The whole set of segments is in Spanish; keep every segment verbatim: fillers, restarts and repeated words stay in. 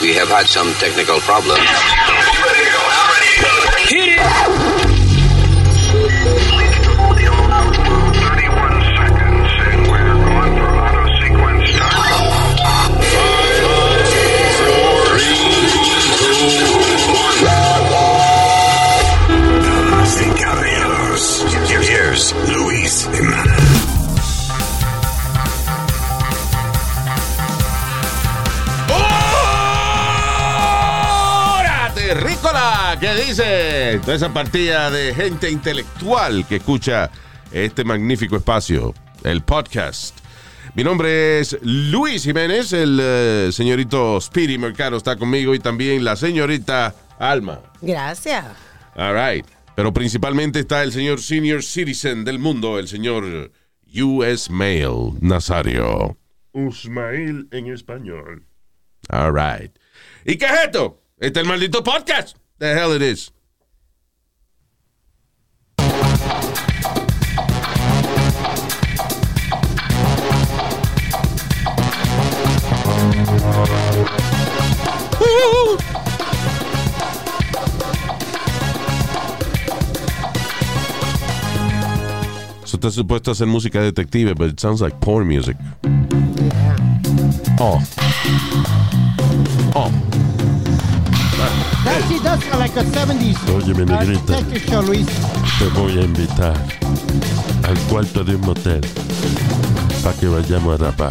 We have had some technical problems. Hit it! thirty-one seconds, and we're going for auto sequence start. Damas y caballeros, here's Luis Jiménez. Terrícola, ¿qué dice? Toda esa partida de gente intelectual que escucha este magnífico espacio, el podcast. Mi nombre es Luis Jiménez, el uh, señorito Speedy Mercado está conmigo y también la señorita Alma. Gracias. All right. Pero principalmente está el señor senior citizen del mundo, el señor U S Mail Nazario. Usmail en español. All right. ¿Y qué es esto? Este es el maldito podcast. The hell it is. Uh-huh. Eso está supuesto a ser música detective, but it sounds like porn music. Yeah. Oh. Oh. That she does sound like a seventies. Oye, mi negrita, detective show, Luis. te voy a invitar al cuarto de un motel para que vayamos a rapar.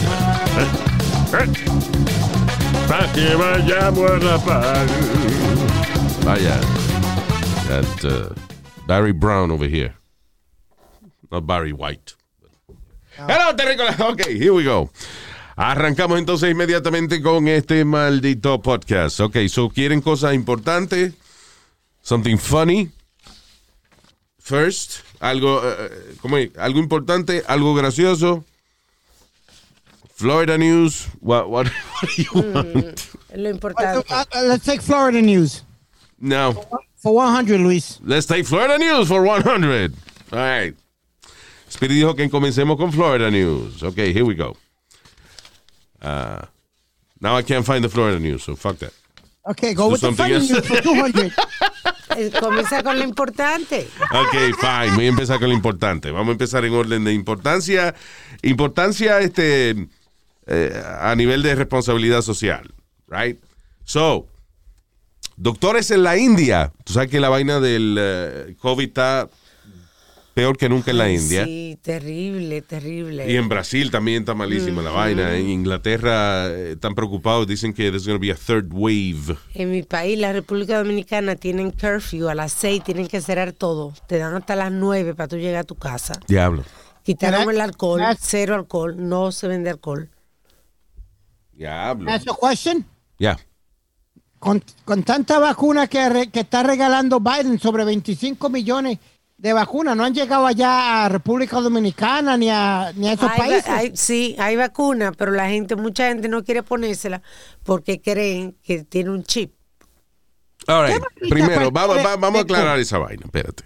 Para que vayamos a rapar. Vaya. Got uh, Barry Brown over here. Not Barry White. Hello, Terrícola. Okay, here we go. Arrancamos entonces inmediatamente con este maldito podcast. Ok, so ¿quieren cosas importantes? Something funny. First, algo, uh, ¿cómo es? Algo importante, algo gracioso. Florida news. What, what, what do you want? Mm, lo importante. Uh, uh, let's take Florida news. No. For one hundred, Luis. Let's take Florida news for one hundred. All right. Speedy dijo que comencemos con Florida news. Okay, here we go. Uh, now I can't find the Florida news, so fuck that. Okay, go Do with the something funny else. news for two hundred. Eh, Comienza con lo importante. Ok, fine. Voy a empezar con lo importante. Vamos a empezar en orden de importancia. Importancia este, eh, a nivel de responsabilidad social. Right? So, doctores en la India. Tú sabes que la vaina del uh, COVID está peor que nunca en la India. Sí, terrible, terrible. Y en Brasil también está malísima la vaina. En Inglaterra eh, están preocupados. Dicen que there's going to be a third wave. En mi país, la República Dominicana, tienen curfew. A las seis tienen que cerrar todo. Te dan hasta las nueve para tú llegar a tu casa. Diablo. Quitaron Can I- el alcohol, can I- cero alcohol. No se vende alcohol. Diablo. That's a question. Ya. Con, con tanta vacuna que, re- que está regalando Biden, sobre veinticinco millones de vacunas, no han llegado allá a República Dominicana ni a, ni a esos Hay, países. va- hay- sí, hay vacuna, pero la gente, mucha gente no quiere ponérsela porque creen que tiene un chip. All right. ¿Qué Primero, maldita vamos, cuenta va- vamos a de- aclarar esa vaina. Espérate.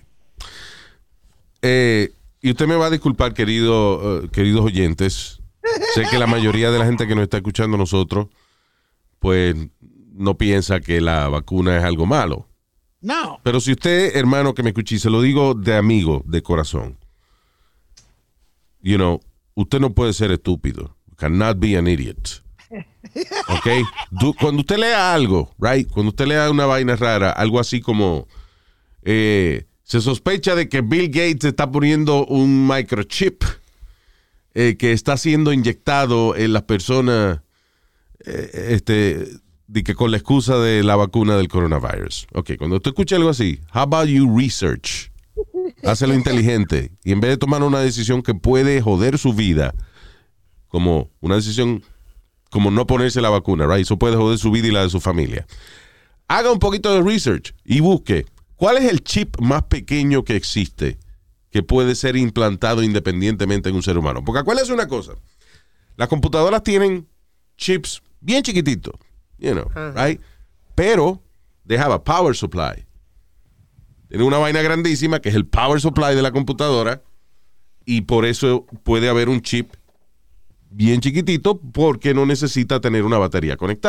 Eh, y usted me va a disculpar, querido, uh, queridos oyentes. Sé que la mayoría de la gente que nos está escuchando a nosotros, pues no piensa que la vacuna es algo malo. No. Pero si usted, hermano, que me escuché, se lo digo de amigo, de corazón. You know, usted no puede ser estúpido. You cannot be an idiot. ¿Ok? Du- cuando usted lea algo, right? Cuando usted lea una vaina rara, algo así como eh, se sospecha de que Bill Gates está poniendo un microchip eh, que está siendo inyectado en las personas eh, este, de que con la excusa de la vacuna del coronavirus. Ok, cuando usted escucha algo así, how about you research? Hácelo inteligente. Y en vez de tomar una decisión que puede joder su vida, como una decisión como no ponerse la vacuna, right? Eso puede joder su vida y la de su familia. Haga un poquito de research y busque cuál es el chip más pequeño que existe que puede ser implantado independientemente en un ser humano. Porque acuérdense una cosa, las computadoras tienen chips bien chiquititos, you know, uh-huh. right? Pero they have a power supply. Tienen una vaina grandísima que es el power supply de la computadora y por eso puede haber un chip bien chiquitito porque no necesita tener una batería conectada.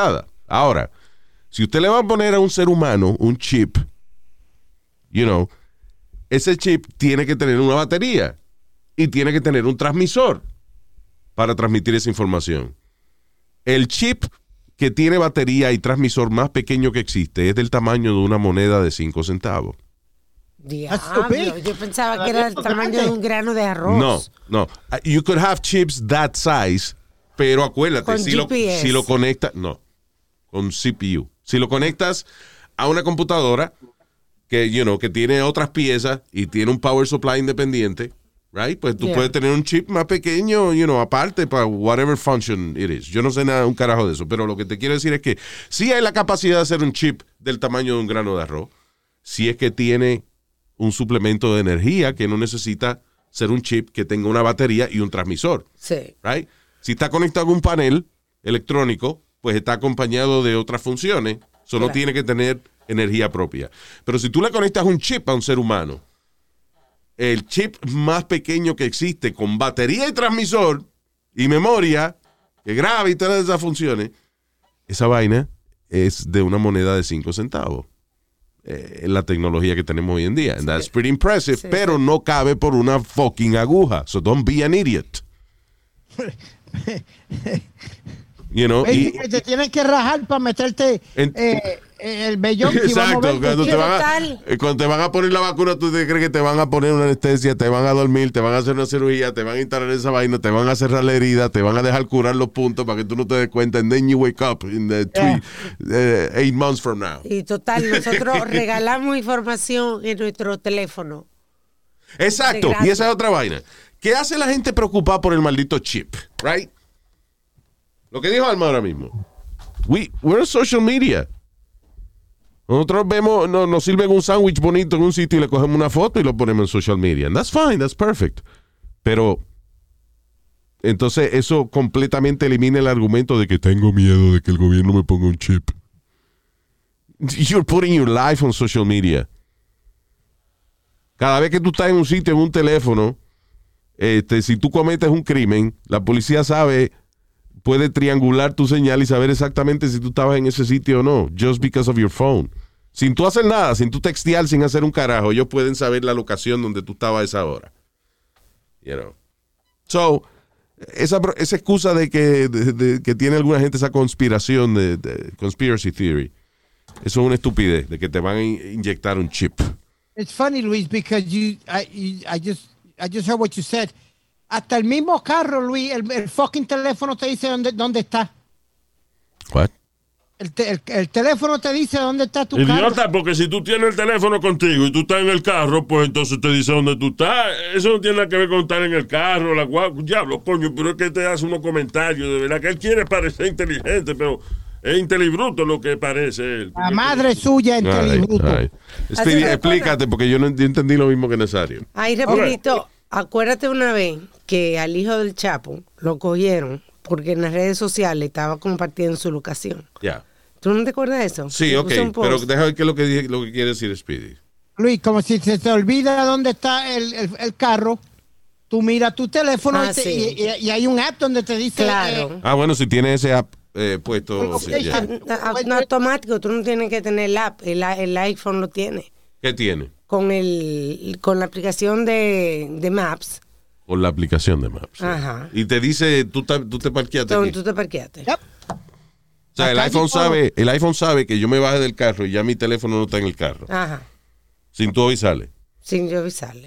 Ahora, si usted le va a poner a un ser humano un chip, you know, ese chip tiene que tener una batería y tiene que tener un transmisor para transmitir esa información. El chip que tiene batería y transmisor más pequeño que existe es del tamaño de una moneda de cinco centavos. Diablo, yo pensaba que era el tamaño de un grano de arroz. No, no. You could have chips that size, pero acuérdate, Con si lo, G P S. si lo conectas, no, con C P U. Si lo conectas a una computadora que, you know, que tiene otras piezas y tiene un power supply independiente, right? Pues tú Yeah. puedes tener un chip más pequeño, you know, aparte para whatever function it is. Yo no sé nada, un carajo de eso, pero lo que te quiero decir es que sí hay la capacidad de hacer un chip del tamaño de un grano de arroz, si es que tiene un suplemento de energía que no necesita ser un chip que tenga una batería y un transmisor, Sí. right? Si está conectado a un panel electrónico, pues está acompañado de otras funciones, solo Claro. tiene que tener energía propia. Pero si tú le conectas un chip a un ser humano, el chip más pequeño que existe con batería y transmisor y memoria, que graba y todas esas funciones, esa vaina es de una moneda de cinco centavos. Eh, la tecnología que tenemos hoy en día. And that's pretty impressive, Sí. pero no cabe por una fucking aguja. So don't be an idiot. You know, Ey, y, que te tienen que rajar para meterte En- eh, eh, el vellón. y vamos a exacto, ver cuando qué- te, van a, total. eh, cuando te van a poner la vacuna, tú te crees que te van a poner una anestesia, te van a dormir, te van a hacer una cirugía, te van a instalar esa vaina, te van a cerrar la herida, te van a dejar curar los puntos para que tú no te des cuenta, and then you wake up in the three, eh, eight months from now. Y total, nosotros regalamos información en nuestro teléfono. Exacto, De y esa es otra vaina. ¿Qué hace la gente preocupada por el maldito chip? Right? Lo que dijo Alma ahora mismo. We, we're on social media. Nosotros vemos, no, nos sirven un sándwich bonito en un sitio y le cogemos una foto y lo ponemos en social media. And that's fine, that's perfect. Pero entonces eso completamente elimina el argumento de que tengo miedo de que el gobierno me ponga un chip. You're putting your life on social media. Cada vez que tú estás en un sitio, en un teléfono, este, si tú cometes un crimen, la policía sabe, puede triangular tu señal y saber exactamente si tú estabas en ese sitio o no, just because of your phone. Sin tú hacer nada, sin tú textear, sin hacer un carajo, ellos pueden saber la locación donde tú estabas a esa hora. You know. So, esa, esa excusa de que, de, de, que tiene alguna gente esa conspiración, de, de conspiracy theory, eso es una estupidez, de que te van a in- inyectar un chip. It's funny, Luis, because you, I, you, I just, I just heard what you said. Hasta el mismo carro, Luis, el, el fucking teléfono te dice dónde, dónde está. What? El, te- el, el teléfono te dice dónde está tu Idiota, carro. porque si tú tienes el teléfono contigo y tú estás en el carro, pues entonces te dice dónde tú estás. Eso no tiene nada que ver con estar en el carro, la guagua. Diablo, coño, pero es que te hace unos comentarios, de verdad que él quiere parecer inteligente, pero es intelibruto lo que parece él. La madre suya en Ay, Telebruto. ay. Así Speedy, me explícate, porque yo no yo entendí lo mismo que Nazario. Ahí, rapidito, acuérdate una vez que al hijo del Chapo lo cogieron porque en las redes sociales estaba compartiendo su locación. Ya. ¿Tú no te acuerdas de eso? Sí, Le ok, puse un post. pero déjame ver qué es lo que, dije- lo que quiere decir Speedy. Luis, como si se te olvida dónde está el, el, el carro, tú miras tu teléfono Ah, y, te- sí. y- y- y hay un app donde te dice... Claro. eh, Ah, bueno, si tiene ese app eh, puesto. sí, ya. Ah, ah, no, automático, tú no tienes que tener el app, el, el iPhone lo tiene. ¿Qué tiene? Con el con la aplicación de, de Maps, Con la aplicación de Maps. sí. Ajá. Y te dice, tú, ta- tú te parqueaste donde aquí. tú te parqueaste. Yep. O sea, el Acá iPhone hay todo. sabe, el iPhone sabe que yo me bajé del carro y ya mi teléfono no está en el carro. Ajá, Sin tú avisarle. sin yo avisarle.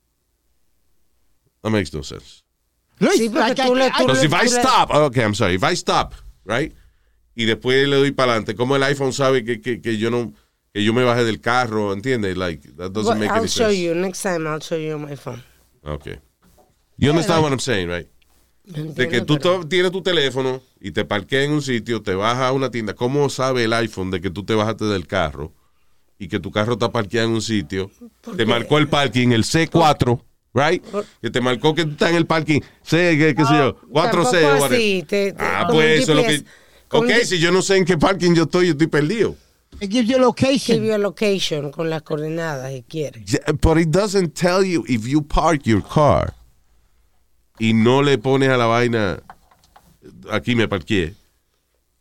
That makes no sense. Luis, Sí, porque like, tú le- I- tú I- Because le- if I tú le- stop, okay, I'm sorry, if I stop, right? Y después le doy para adelante, como el iPhone sabe que, que, que yo no, que yo me bajé del carro, ¿entiendes? Like, that doesn't Well, make I'll any show sense. you, next time I'll show you on my phone. Okay. You understand what I'm saying, right? De que tú Entiendo, to- tienes tu teléfono y te parqueas en un sitio, te vas a una tienda. ¿Cómo sabe el iPhone de que tú te bajaste del carro y que tu carro está parqueado en un sitio? Te marcó el parking, el C cuatro, right? Que te marcó que tú estás en el parking C, qué, qué sé yo, cuatro C. tampoco whatever. así, te- te- ah, con pues un eso es lo G P S, que... con Ok, un G- si yo no sé en qué parking yo estoy, yo estoy perdido. It gives you Give location. you a location con las coordenadas si quieres. Yeah, but it doesn't tell you if you park your car y no le pones a la vaina, aquí me parqué.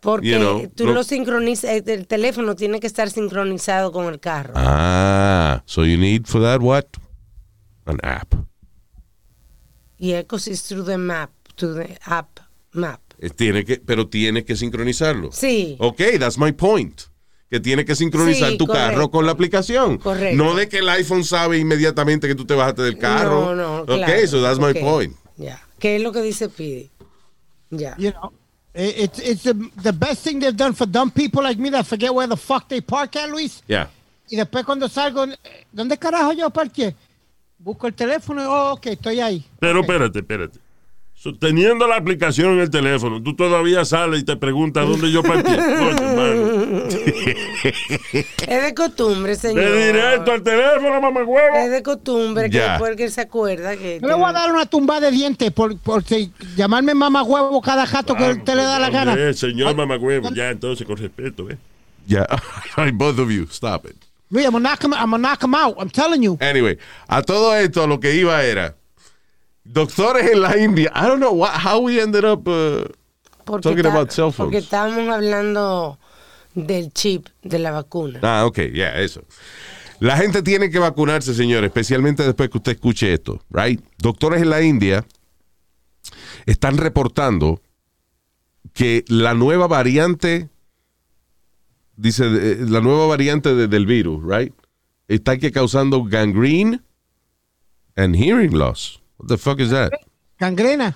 Porque you know, tú no- lo sincronizas, el teléfono tiene que estar sincronizado con el carro. Ah, so you need for that what? An app. Y it goes through the map, to the app map. Eh, Tiene que, pero tienes que sincronizarlo. Sí. Ok, that's my point. Que tiene que sincronizar Sí, tu correcto. carro con la aplicación. Correcto. No de que el iPhone sabe inmediatamente que tú te bajaste del carro. No, no, Ok, claro. so that's my Ok. point. Ya. ¿Qué es lo que dice Pidi? Ya. You know, it- it's it's the, the best thing they've done for dumb people like me that forget where the fuck they park at, Luis. Yeah. Y después cuando salgo, eh, ¿dónde carajo yo parqué? Busco el teléfono y, oh, ok, estoy ahí. Pero Ok. espérate, espérate. So, teniendo la aplicación en el teléfono, tú todavía sales y te preguntas dónde yo parqué. Coño, hermano. Es de costumbre, señor. De directo al teléfono, mamá huevo. Es de costumbre que Ya. después que él se acuerda que... Yo le voy a dar una tumba de dientes por, por si- llamarme mamá huevo cada jato que usted le da la gana. Eh, señor mamá huevo, ya entonces con respeto, ¿eh? Yeah. Both of you, stop it. Luis, I'm gonna knock him, I'm gonna knock him out. I'm telling you. Anyway, a todo esto lo que iba era doctores en la India. I don't know what, how we ended up uh, porque talking está- about cell phones. Porque estábamos hablando del chip de la vacuna. Ah, ok, ya, yeah, eso. La gente tiene que vacunarse, señores, especialmente después que usted escuche esto, right? Doctores en la India están reportando que la nueva variante, dice, eh, la nueva variante de- del virus, right? Está que causando gangrene and hearing loss. What the fuck is that? Gangrena.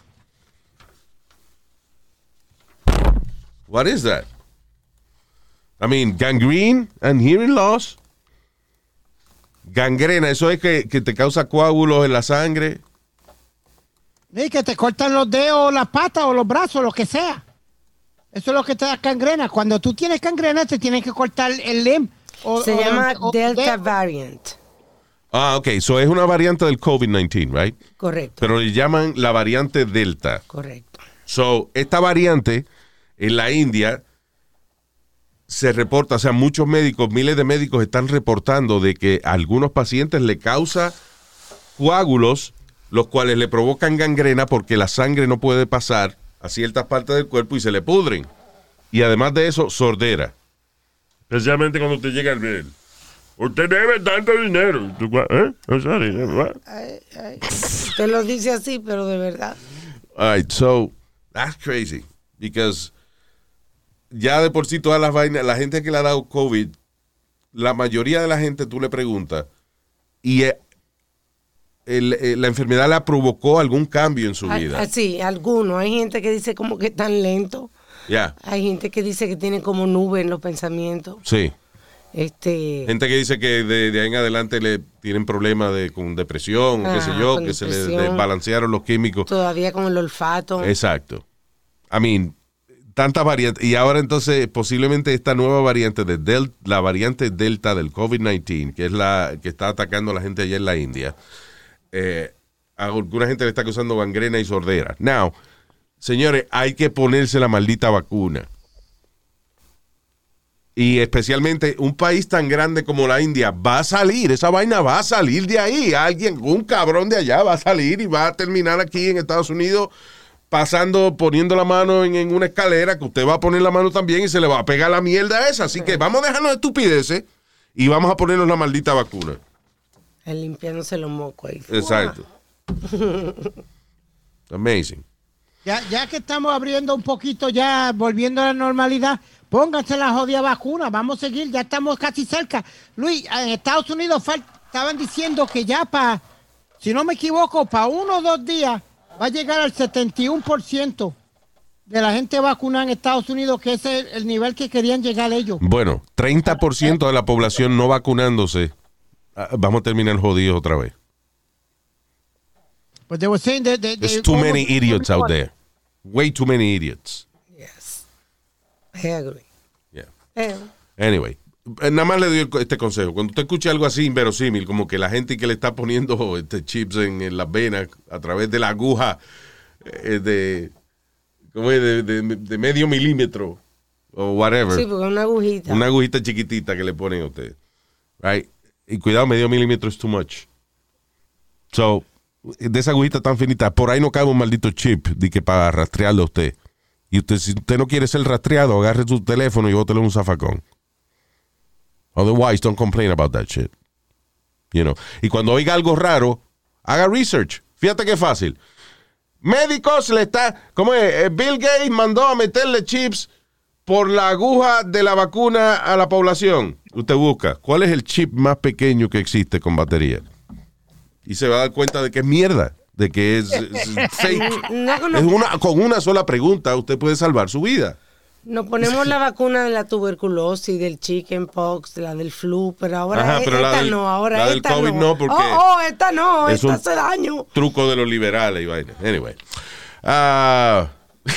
What is that? I mean, gangrene and hearing loss. Gangrena, eso es que, que te causa coágulos en la sangre. Y que te cortan los dedos, las patas o los brazos, lo que sea. Eso es lo que te da gangrena. Cuando tú tienes gangrena, te tienen que cortar el limb. o- Se o- llama o- Delta dedo. Variant. Ah, ok. So es una variante del COVID diecinueve, right? Correcto, Pero le llaman la variante Delta. correcto. So, esta variante en la India se reporta, o sea, muchos médicos, miles de médicos están reportando de que a algunos pacientes le causa coágulos, los cuales le provocan gangrena porque la sangre no puede pasar a ciertas partes del cuerpo y se le pudren. Y además de eso, sordera. Especialmente cuando te llega el bill. Usted debe tanto dinero. ¿Tú, cua- ¿Eh? I'm sorry, what? Ay, ay. Usted lo dice así, pero de verdad. All right, so that's crazy because ya de por sí todas las vainas, la gente que le ha dado COVID, la mayoría de la gente tú le preguntas y eh, el- eh, la enfermedad la provocó algún cambio en su Ah, vida. ah, sí, algunos. Hay gente que dice como que tan lento. Ya, Hay gente que dice que tiene como nube en los pensamientos. sí. Este, Gente que dice que de, de ahí en adelante le tienen problemas de, con depresión o qué sé Ajá, yo, con que se le depresión. desbalancearon los químicos. todavía con el olfato. Exacto. I mean, tantas variantes. Y ahora entonces posiblemente esta nueva variante de del, la variante Delta del COVID diecinueve, que es la que está atacando a la gente allá en la India, eh, a alguna gente le está causando gangrena y sordera. Now, señores, hay que ponerse la maldita vacuna. Y especialmente un país tan grande como la India va a salir, esa vaina va a salir de ahí. Alguien, un cabrón de allá va a salir y va a terminar aquí en Estados Unidos pasando, poniendo la mano en, en una escalera, que usted va a poner la mano también y se le va a pegar la mierda esa. Así que vamos a dejarnos de estupideces y vamos a ponernos la maldita vacuna. El limpiándose los mocos ahí. Exacto. Amazing. Ya, ya que estamos abriendo un poquito, ya volviendo a la normalidad, pónganse la jodida vacuna. Vamos a seguir, ya estamos casi cerca. Luis, en Estados Unidos fal- estaban diciendo que ya para, si no me equivoco, para uno o dos días va a llegar al setenta y uno por ciento de la gente vacunada en Estados Unidos, que ese es el nivel que querían llegar ellos. Bueno, treinta por ciento de la población no vacunándose. Ah, Vamos a terminar jodidos otra vez. But they were saying that they- There's they- too many idiots out there. Way too many idiots. Yes. I agree. Yeah. Eh, Anyway, eh, nada más le doy el- este consejo. Cuando usted escuche algo así inverosímil, como que la gente que le está poniendo este chips en, en las venas a través de la aguja eh, de, ¿cómo es? De, de- de medio milímetro o whatever. sí, porque una agujita. Una agujita chiquitita que le ponen a usted. Right? Y cuidado, medio milímetro es too much. So, de esa agujita tan finita, por ahí no cabe un maldito chip de que para rastrearlo a usted Y usted, si usted no quiere ser rastreado, agarre su teléfono y bótelo en un zafacón. Otherwise, don't complain about that shit. You know. Y cuando oiga algo raro, haga research. Fíjate qué fácil. Médicos le está... ¿Cómo es? Bill Gates mandó a meterle chips por la aguja de la vacuna a la población. Usted busca, ¿cuál es el chip más pequeño que existe con batería? Y se va a dar cuenta de que es mierda, de que es, es fake. No, no, es una, con una sola pregunta usted puede salvar su vida. Nos ponemos la vacuna de la tuberculosis, del chickenpox, la del flu, pero ahora Ajá, pero esta la del, no, ahora la del esta COVID no. no, porque oh, oh, esta no, es esta un hace daño. Truco de los liberales y vaina. Anyway. Uh,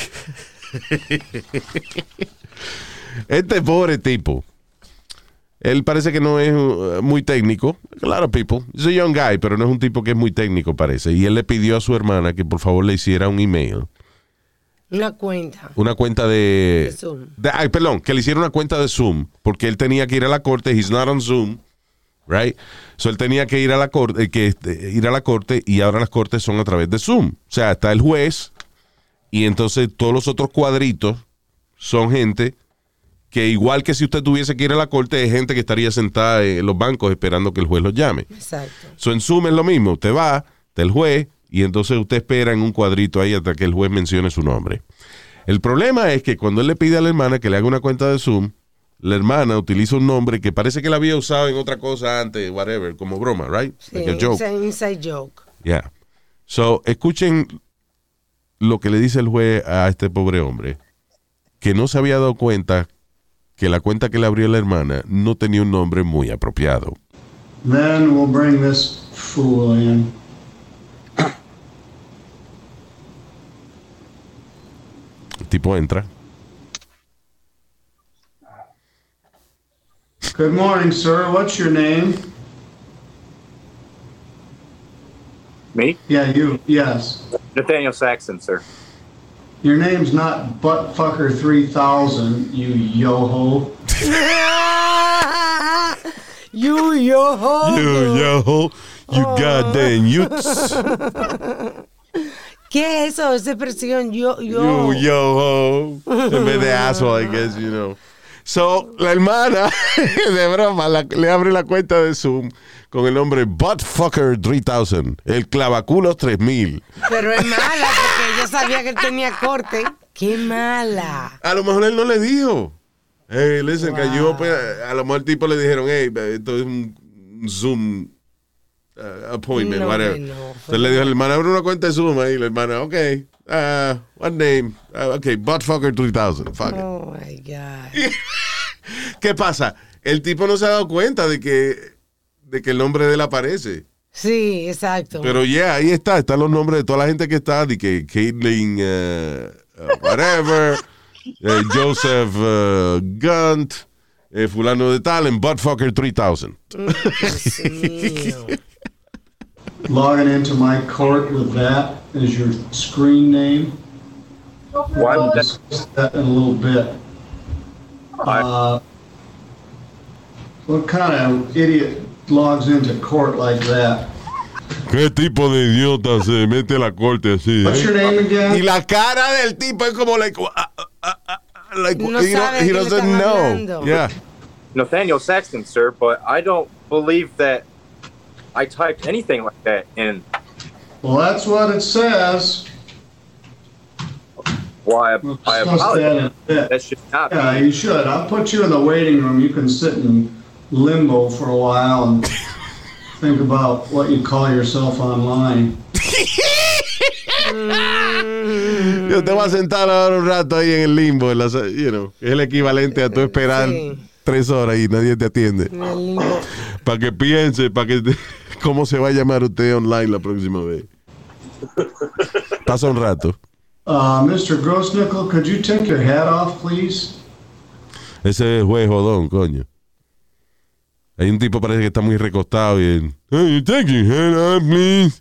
este pobre tipo, él parece que no es uh, muy técnico. Claro, people. Es un young guy, pero no es un tipo que es muy técnico, parece. Y él le pidió a su hermana que por favor le hiciera un email. Una cuenta. Una cuenta de... De Zoom. de- ay, perdón, que le hiciera una cuenta de Zoom, porque él tenía que ir a la corte. He's not on Zoom, right? So él tenía que ir a la corte, eh, que este, ir a la corte, y ahora las cortes son a través de Zoom. O sea, está el juez, y entonces todos los otros cuadritos son gente que, igual que si usted tuviese que ir a la corte, es gente que estaría sentada en los bancos esperando que el juez los llame. Exacto. So en Zoom es lo mismo. Usted va, está el juez, y entonces usted espera en un cuadrito ahí hasta que el juez mencione su nombre. El problema es que cuando él le pide a la hermana que le haga una cuenta de Zoom, la hermana utiliza un nombre que parece que la había usado en otra cosa antes, whatever, como broma, right? Sí, Like a joke. it's an inside joke. Yeah. So, escuchen lo que le dice el juez a este pobre hombre, que no se había dado cuenta que la cuenta que le abrió la hermana no tenía un nombre muy apropiado. Then we'll bring this fool in. El tipo entra. Good morning, sir. What's your name? Me? Yeah, you. Yes. Nathaniel Saxon, sir. Your name's not Buttfucker three thousand, you yo-ho. you yo You, yo, you goddamn youths. ¿Qué es eso? Esa expresión yo yo. You, yo, en vez de asshole, I guess, you know. So, la hermana, de broma, la- le abre la cuenta de Zoom con el nombre Buttfucker three thousand, el clavaculos tres mil. Pero es mala porque ella sabía que él tenía corte. Qué mala. A lo mejor él no le dijo. Hey, listen, que yo, pues, a lo mejor el tipo le dijeron, hey, esto es un Zoom uh, appointment, No, whatever. no, Entonces le dijo, la hermana, abre una cuenta de Zoom ahí. La hermana, ok, uh, what name? Uh, ok, Buttfucker three thousand, fuck it. Oh my God. ¿Qué pasa? El tipo no se ha dado cuenta de que, de que el nombre de él aparece. Sí, exacto. Pero ya, yeah, ahí está. Están los nombres de toda la gente que está. De que Caitlyn, uh, uh, whatever, uh, Joseph uh, Gunt, eh, fulano de tal, en Buttfucker three thousand. Dios mío. Logging into my court with that as your screen name. Why I'll would that? discuss that in a little bit. Uh, what kind of idiot logs into court like that? ¿Qué tipo de idiota se mete a la corte así? What's your name Y again? la cara del tipo es como like, uh, uh, uh, uh, like No he, sabe don't, he de qué le doesn't están know. hablando. Yeah. Nathaniel Saxton, sir, but I don't believe that I typed anything like that in. Well, that's what it says. Why, We'll I discuss that in apologize. a bit. That should not Yeah, be. you should. I'll put you in the waiting room. You can sit in limbo for a while and think about what you call yourself online. Yo te voy a sentar ahora un rato ahí en el limbo, en la, you know, es el equivalente a tú esperar Sí. tres horas y nadie te atiende. En el limbo. Para que piense, para que te- cómo se va a llamar usted online la próxima vez. Pasa un rato. Uh, Mister Grossnickel, could you take your hat off, please? Ese es juez jodón, coño. Hay un tipo parece que está muy recostado y él, hey, you take your head off, please.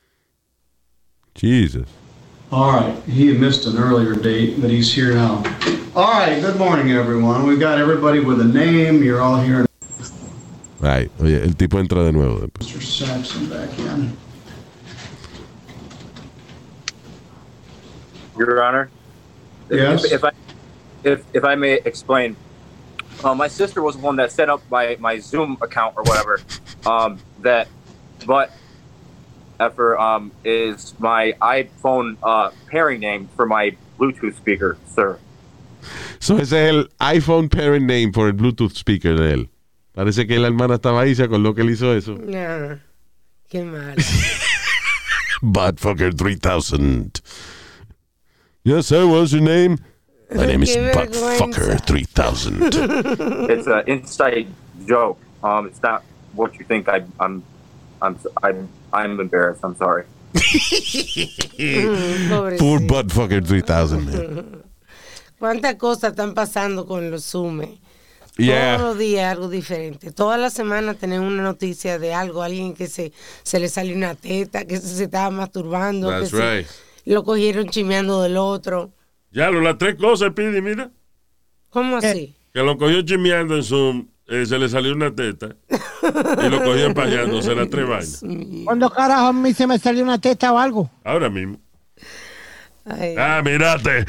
Jesus. All right. He missed an earlier date, but he's here now. All right. Good morning, everyone. We've got everybody with a name. You're all here. Ay, oye, el tipo entra de nuevo después. Mister Saxon back in. Your Honor, Yes. If, if I if if I may explain, uh, my sister was the one that set up my my Zoom account or whatever. Um, that, but Effer um is my iPhone uh pairing name for my Bluetooth speaker, sir. So ese es el iPhone parent name por el Bluetooth speaker de él. Parece que la hermana estaba ahí y se acordó que él hizo eso. No, qué mal. Buttfucker three thousand. Yes, sir, what's your name? My name is Qué Buttfucker vergüenza. three thousand. It's an inside joke. Um, it's not what you think. I, I'm, I'm, I'm, I'm embarrassed. I'm sorry. Mm, Poor pobrecito. Buttfucker three thousand, man. ¿Cuántas cosas están pasando con los Zoom? Yeah. Todos los días algo diferente. Toda la semana tenemos una noticia de algo, alguien que se, se le salió una teta, que se, se estaba masturbando, That's que se- right. lo cogieron chimeando del otro. Ya, lo, las tres cosas, Pidi, mira. ¿Cómo así? Que lo cogió chimeando en Zoom, eh, se le salió una teta. Y lo cogió empañándose las tres vainas. ¿Cuándo carajo a mí se me salió una teta o algo? Ahora mismo. Ay. Ah, mirate.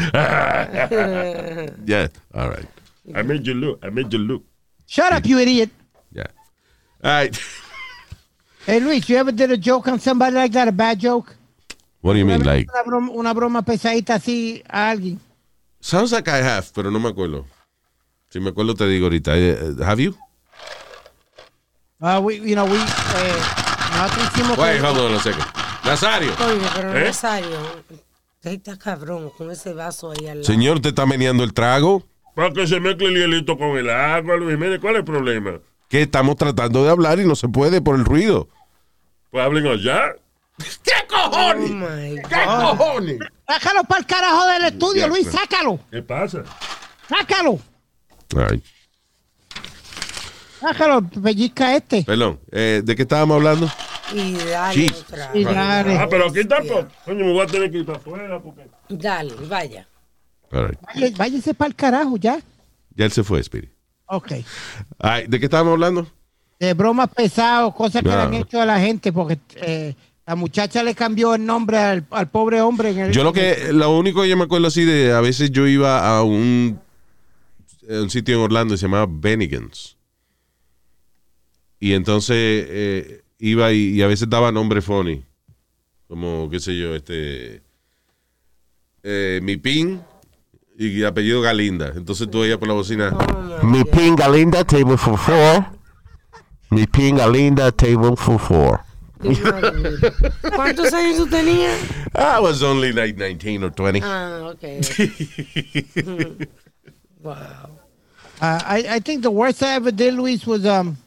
Yeah, all right. I made you look. I made you look. Shut up, you idiot. Yeah. All right. Hey, Luis, you ever did a joke on somebody like that, a bad joke? What do you mean, ¿Ever like? Una broma, una broma pesadita así a alguien. Sounds like I have, pero no me acuerdo. Si me acuerdo te digo ahorita. Eh, Have you? Uh, we, you know, we, eh, nosotros hicimos... Wait, hold on a second. Nazario. Oye, pero ¿Eh? Nazario, ahí está cabrón con ese vaso ahí al lado. Señor, ¿te está meneando el trago? Para que se mezcle el hielito con el agua, Luis. Mire, ¿cuál es el problema? Que estamos tratando de hablar y no se puede por el ruido. Pues hablen allá. ¿Qué Oh cojones? my ¿Qué God. cojones? Sácalo para el carajo del estudio, Ya, Luis, pero- sácalo. ¿Qué pasa? Sácalo. All right. Sácalo, pellizca este. Perdón, eh, ¿de qué estábamos hablando? Y dale Jeez. otra. Y dale. Ah, pero aquí tampoco. Coño, me voy a tener que ir para afuera porque... Dale, vaya. All right. Váyase, váyase para el carajo, ya. Ya él se fue, Spirit. Ok. All right, ¿de qué estábamos hablando? De bromas pesadas, cosas que le han Ah. hecho a la gente, porque eh, la muchacha le cambió el nombre al, al pobre hombre. En el, Yo lo que, lo único que yo me acuerdo así de, a veces yo iba a un, a un sitio en Orlando que se llamaba Bennigan's. Y entonces eh, iba y, y a veces daba nombre funny. Como, qué sé yo, este, eh, mi pin y apellido Galinda. Entonces tú veías por la bocina. Oh, Mi pin Galinda, table for four. Mi pin Galinda, table for four. qué madre. ¿Cuántos años tú tenías? I was only like nineteen or twenty. Ah, ok. Mm. Wow. Uh, I, I think the worst I ever did, Luis, was um,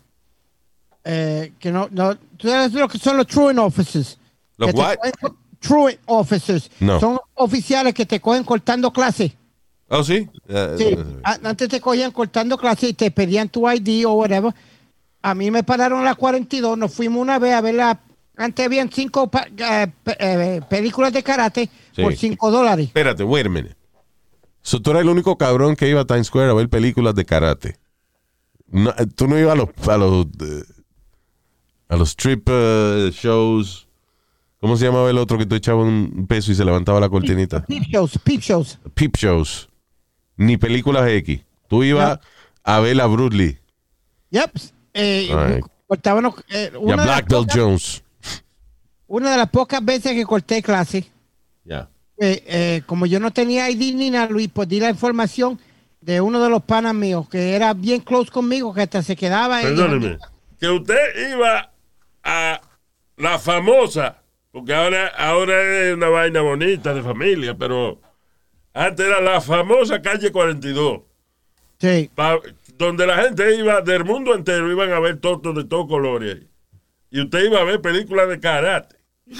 eh, que no, no, tú sabes lo que son los truant officers. ¿Los Que te what? cogen- Truant officers. No. Son oficiales que te cogen cortando clase. Oh, sí. Uh, Sí. A- Antes te cogían cortando clase y te pedían tu I D o whatever. A mí me pararon a las cuarenta y dos. Nos fuimos una vez a ver la. Antes habían cinco pa- eh, pe- eh, películas de karate Sí. por cinco dólares. Espérate, wait a minute. So, tú eres el único cabrón que iba a Times Square a ver películas de karate. No, eh, tú no ibas a los a los eh, a los strip eh, shows. ¿Cómo se llamaba el otro que tú echabas un peso y se levantaba la cortinita? Peep shows, peep shows. Peep shows. Ni películas X. Tú ibas a ver a Bruce Lee Yep. Eh, Alright. cortábamos, eh, y a una, de las Black Belt pocas, Jones. una de las pocas veces que corté clase, Ya. eh, eh, como yo no tenía I D ni nada, Luis, pues di la información de uno de los panas míos que era bien close conmigo, que hasta se quedaba en- Perdóneme. Que usted iba a la famosa, porque ahora, ahora es una vaina bonita de familia, pero antes era la famosa calle cuarenta y dos. Sí. Pa- donde la gente iba del mundo entero, iban a ver totos de todos colores. Y usted iba a ver películas de karate.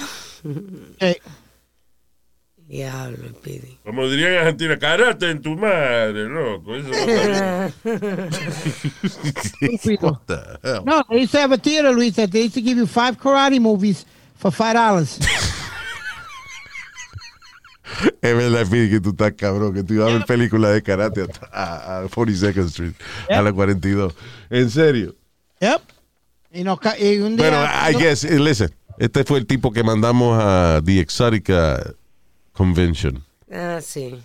Sí. Diablo, Pidi. Como dirían en Argentina, karate en tu madre, loco. Eso no está bien. Estúpido. What the hell? No, they used to have a theater, Luis, that they used to give you five karate movies for five dollars. Es verdad, Speedy, que tú estás cabrón, que tú ibas a ver películas de karate a, a forty-second Street, a la cuarenta y dos. ¿En serio? Yep. Y, nos ca- y un día... Bueno, I no- guess, eh, listen, este fue el tipo que mandamos a The Exotica Convention. Ah, sí.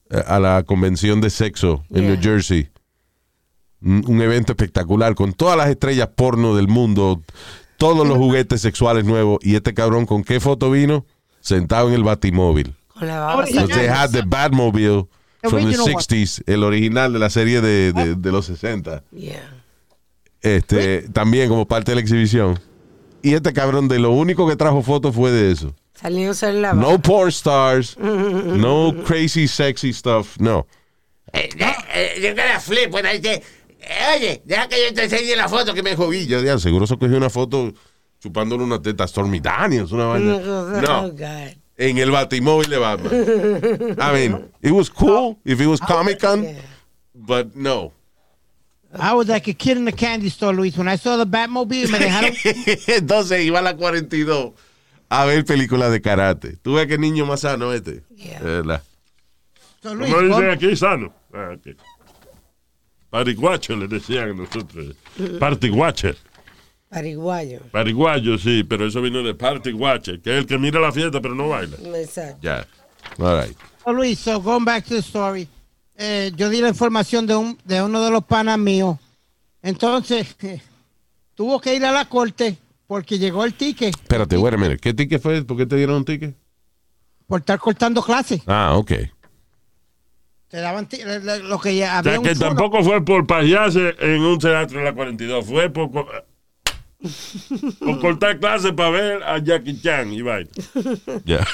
a la convención de sexo en Yeah. New Jersey. Un, un evento espectacular con todas las estrellas porno del mundo, todos los juguetes sexuales nuevos. Y este cabrón, ¿con qué foto vino? Sentado en el Batimóvil. Con la baba So they had the Batmobile from the original one. sixties, el original de la serie de, de, de los sesenta. Yeah. Este, también como parte de la exhibición. Y este cabrón de lo único que trajo fotos fue de eso. Saliéndose en la baba. No porn stars, no crazy sexy stuff, no. Eh, eh, yo que la flip, pues ahí te... eh, Oye, deja que yo te enseñe la foto que me jodí. Yo, ya, seguro se cogió una foto chupándole una teta a Stormy Daniels, una vaina. Oh, No, God. en el Batimóvil de Batman. I mean, it was cool if it was Comic Con, Yeah. but no. I was like a kid in the candy store, Luis. When I saw the Batmobile, me dejaron. Entonces iba a la cuarenta y dos a ver películas de karate. Tú ves que niño más sano este. Yeah. ¿Verdad? So, Luis, Como dicen ¿cómo- aquí, sano. Ah, ok. Pariguacho le decían a nosotros. Partiguache. Pariguayo. Pariguayo, sí, pero eso vino de partiguache, que es el que mira la fiesta pero no baila. Exacto. Ya. All right. So, Luis, so going back to the story. Eh, yo di la información de, un, de uno de los panas míos. Entonces, eh, tuvo que ir a la corte porque llegó el ticket Espérate, wait a minute. ¿Qué ticket fue? ¿Por qué te dieron un ticket? por estar cortando clases. Ah, ok. Te daban ti- le- le- lo que ya O sea, había que un solo- tampoco fue por pasearse en un teatro en la cuarenta y dos, fue por, co- por cortar clases para ver a Jackie Chan y vaina. Ya.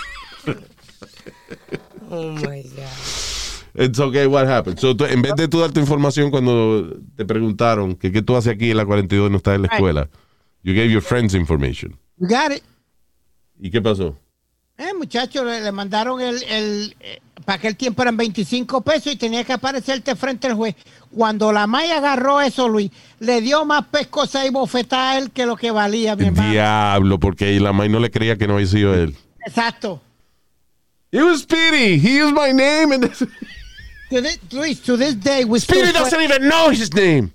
Oh my God. It's okay, what happened? So, tú- en vez de tú darte información cuando te preguntaron que qué tú haces aquí en la cuarenta y dos y no estás en la Right. escuela, you gave your friends information. You got it. ¿Y qué pasó? Eh, muchacho, le, le mandaron el, el eh, para aquel tiempo eran veinticinco pesos y tenía que aparecerte frente al juez. Cuando la Maya agarró eso, Luis, le dio más pescosa y bofetada a él que lo que valía, mi hermano. Diablo, porque la May no le creía que no había sido él. Exacto. It was Speedy. He used my name. And To this, Luis, to this day, we still Speedy doesn't even know his name.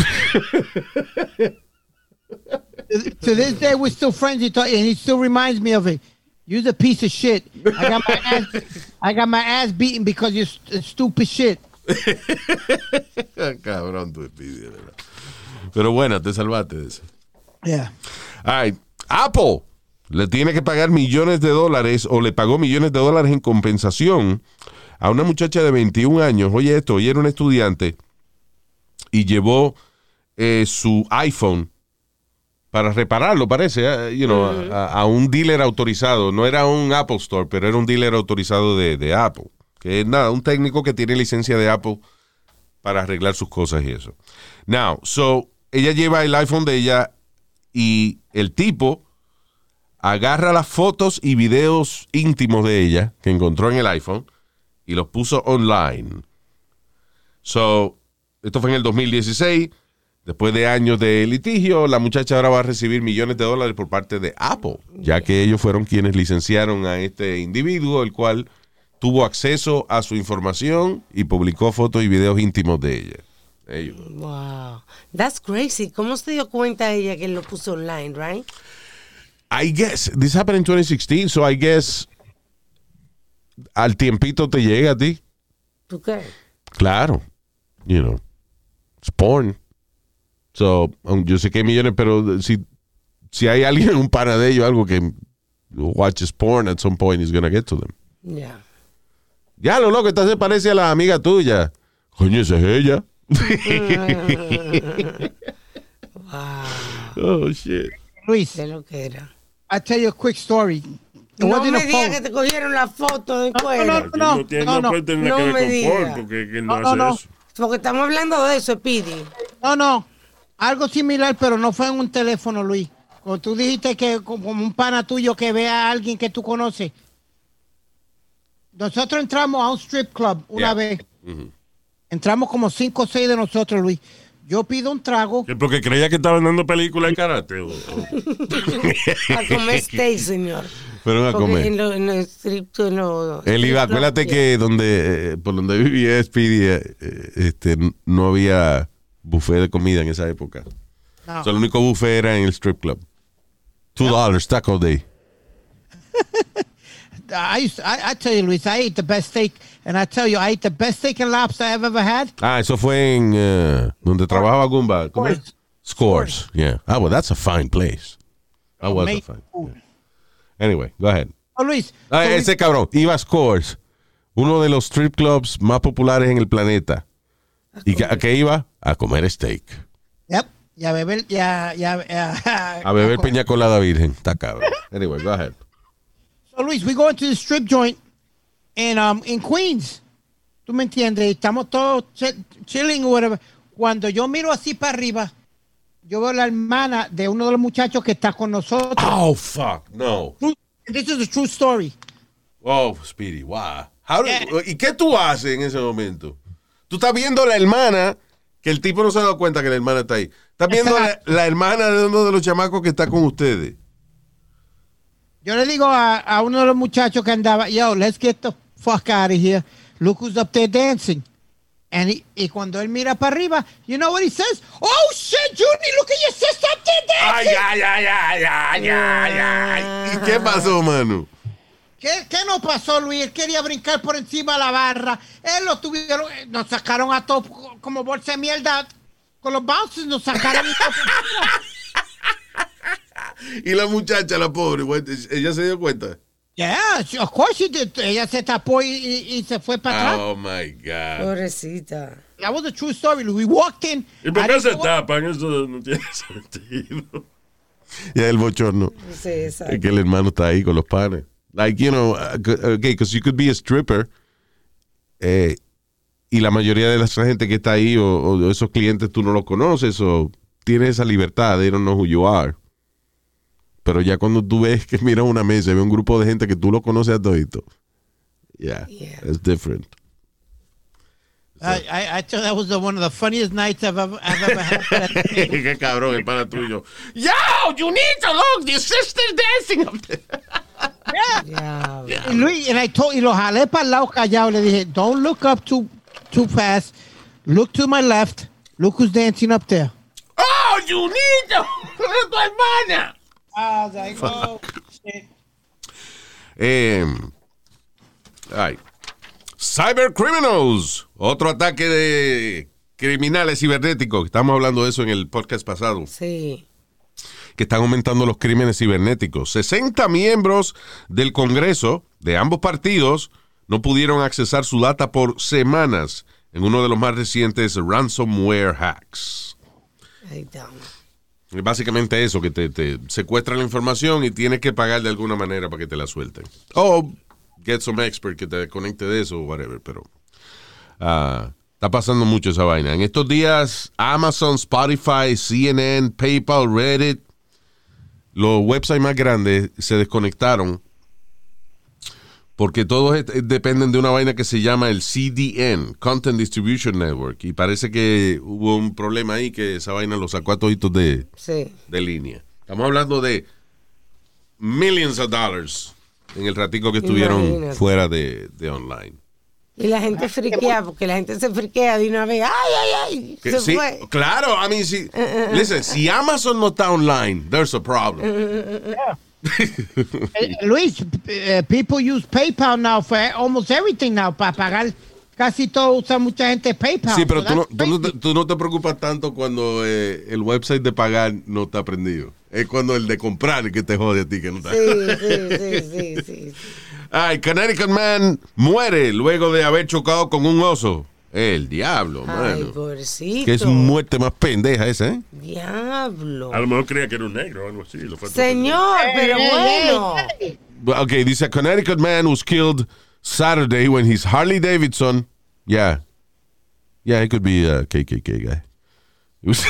to this day we're still friends. He thought, and he still reminds me of it. You're a piece of shit. I got my ass, I got my ass beaten because you're st- stupid shit. Cabrón, tú, Speedy, de verdad. Pero bueno, te salvaste de eso. Yeah. All right. Apple le tiene que pagar millones de dólares o le pagó millones de dólares en compensación a una muchacha de veintiún años. Oye esto, ella era una estudiante y llevó eh, su iPhone para repararlo, parece, eh, you know, Mm-hmm. a, a un dealer autorizado. No era un Apple Store, pero era un dealer autorizado de, de Apple. Que es nada, un técnico que tiene licencia de Apple para arreglar sus cosas y eso. Now, so, ella lleva el iPhone de ella y el tipo agarra las fotos y videos íntimos de ella que encontró en el iPhone y los puso online. So, esto fue en el dos mil dieciséis. Después de años de litigio, la muchacha ahora va a recibir millones de dólares por parte de Apple, ya que ellos fueron quienes licenciaron a este individuo, el cual tuvo acceso a su información y publicó fotos y videos íntimos de ella. Ellos. Wow. That's crazy. ¿Cómo se dio cuenta ella que lo puso online, right? I guess, this happened in twenty sixteen, so I guess al tiempito te llega a ti. ¿Tú qué? Claro. You know, it's porn. So, um, yo sé que hay millones, pero si, si hay alguien, un pana de ellos, algo que watches porn at some point is gonna get to them. Yeah. Ya, lo loco, esta se parece a la amiga tuya. Coño, esa es ella. Oh, shit. Luis, De lo que era. I'll tell you a quick story. It No wasn't me a digas phone. que te cogieron la foto de no, cuero. no, Aquí no, tiene, no, no, puede tener no que me ver con diga. porn porque que no, No, hace no, no. eso. Porque estamos hablando de eso, Speedy. No, no. Algo similar, pero no fue en un teléfono, Luis. Como tú dijiste que como un pana tuyo que vea a alguien que tú conoces. Nosotros entramos a un strip club una Yeah. vez. Entramos como cinco o seis de nosotros, Luis. Yo pido un trago. Que porque creía que estaban dando películas de karate. o- o- A comer steak, señor. Fueron a Porque comer. en lo, en lo strip- en lo- Él iba, strip club, acuérdate yeah. que donde, eh, por donde vivía Speedy, eh, eh, este, no había buffet de comida en esa época. No. So, el único buffet era en el strip club. Two dollars, taco day. I, used to- I, I tell you, Luis, I ate the best steak. And I tell you, I ate the best steak and lobster I've ever had. Ah, eso fue en uh, donde trabajaba Goomba. ¿Cómo es? Scores. Yeah. Ah, well, that's a fine place. That was a fine. Yeah. Anyway, go ahead. Oh, Luis. Ah, so ese we- cabrón, iba a Scores, uno de los strip clubs más populares en el planeta. ¿Y que- a qué iba? A comer steak. Yep. Y a beber, ya, ya, ya. A beber piña colada virgen. Está cabrón. Anyway, go ahead. So, Luis, we go into the strip joint in, um, in Queens. ¿Tú me entiendes? Estamos todos ch- chilling o whatever. Cuando yo miro así para arriba, yo veo la hermana de uno de los muchachos que está con nosotros. Oh, fuck, no. True- This is a true story. Oh, Speedy, wow. How do- ¿Y qué tú haces en ese momento? Tú estás viendo la hermana, que el tipo no se ha dado cuenta que la hermana está ahí. Estás viendo la, la hermana de uno de los chamacos que está con ustedes. Yo le digo a, a uno de los muchachos que andaba, yo, let's get the fuck out of here. Look who's up there dancing. And he, y cuando él mira para arriba, you know what he says? Oh, shit, Judy, look at your sister up there Ay, dancing. ay, ay, ay, ay, ay, ay. ¿Y qué pasó, mano? ¿Qué, ¿Qué nos pasó, Luis? Él quería brincar por encima de la barra. Él lo tuvieron, eh, nos sacaron a todos como bolsa de mierda. Con los bouncers nos sacaron. Y la muchacha, la pobre, güey, ella se dio cuenta. Yeah, she- of course she did. Ella se tapó y, y, y se fue para atrás. Oh, my God. Pobrecita. That was a true story. Luis. We walked in. ¿Y por I qué didn't se know what- tapan? Eso no tiene sentido. Ya el bochorno. Sí, exacto. Que el hermano está ahí con los panes. Like, you know, uh, okay, because you could be a stripper. Eh, y la mayoría de la gente que está ahí o, o esos clientes tú no los conoces o tienes esa libertad. They don't know who you are. Pero ya cuando tú ves que miras una mesa y ves un grupo de gente que tú lo conoces a todito. Yeah, Yeah. it's different. I, I, I thought that was the, one of the funniest nights I've ever, I've ever had. Qué cabrón el pana tuyo. Yo, you need to look, your sister's dancing up there. Ya, Y Luis, and I told, y lo jalé para el lado callado. Le dije, don't look up too, too fast. Look to my left. Look who's dancing up there. Oh, you need to. Es tu hermana. I was like, oh, shit. Eh, ay. Cyber criminals. Otro ataque de criminales cibernéticos. Estamos hablando de eso en el podcast pasado. sí. Que están aumentando los crímenes cibernéticos. sesenta miembros del Congreso de ambos partidos no pudieron accesar su data por semanas en uno de los más recientes ransomware hacks. Ahí está. Básicamente eso, que te, te secuestran la información y tienes que pagar de alguna manera para que te la suelten. O get some expert que te desconecte de eso o whatever, pero uh, está pasando mucho esa vaina. En estos días, Amazon, Spotify, C N N, PayPal, Reddit, los websites más grandes se desconectaron porque todos est- dependen de una vaina que se llama el C D N, Content Distribution Network, y parece que hubo un problema ahí que esa vaina lo sacó a toditos de, Sí. de línea. Estamos hablando de millions of dollars en el ratico que estuvieron Imagínate. fuera de, de online. Y la gente friquea, porque la gente se friquea de una vez. ¡Ay, ay, ay! Que Se sí, fue. claro, I mean, si, listen, si Amazon no está online, there's a problem. Eh, Luis, eh, people use PayPal now for almost everything now. Para pagar casi todo usa mucha gente PayPal. Sí, pero So tú no, that's tú, no te, crazy. tú no te preocupas tanto cuando eh, el website de pagar no está prendido. Es cuando el de comprar el que te jode a ti que no está. Sí, sí, sí, sí, sí. Ay, Connecticut Man muere luego de haber chocado con un oso. El diablo, Ay, mano. pobrecito. Que es muerte más pendeja esa, ¿eh? Diablo. A lo mejor creía que era un negro o algo así. Lo fue a Señor, pero bueno. Well, okay, dice a Connecticut man was killed Saturday when his Harley Davidson, yeah, yeah, it could be a K K K guy. It was-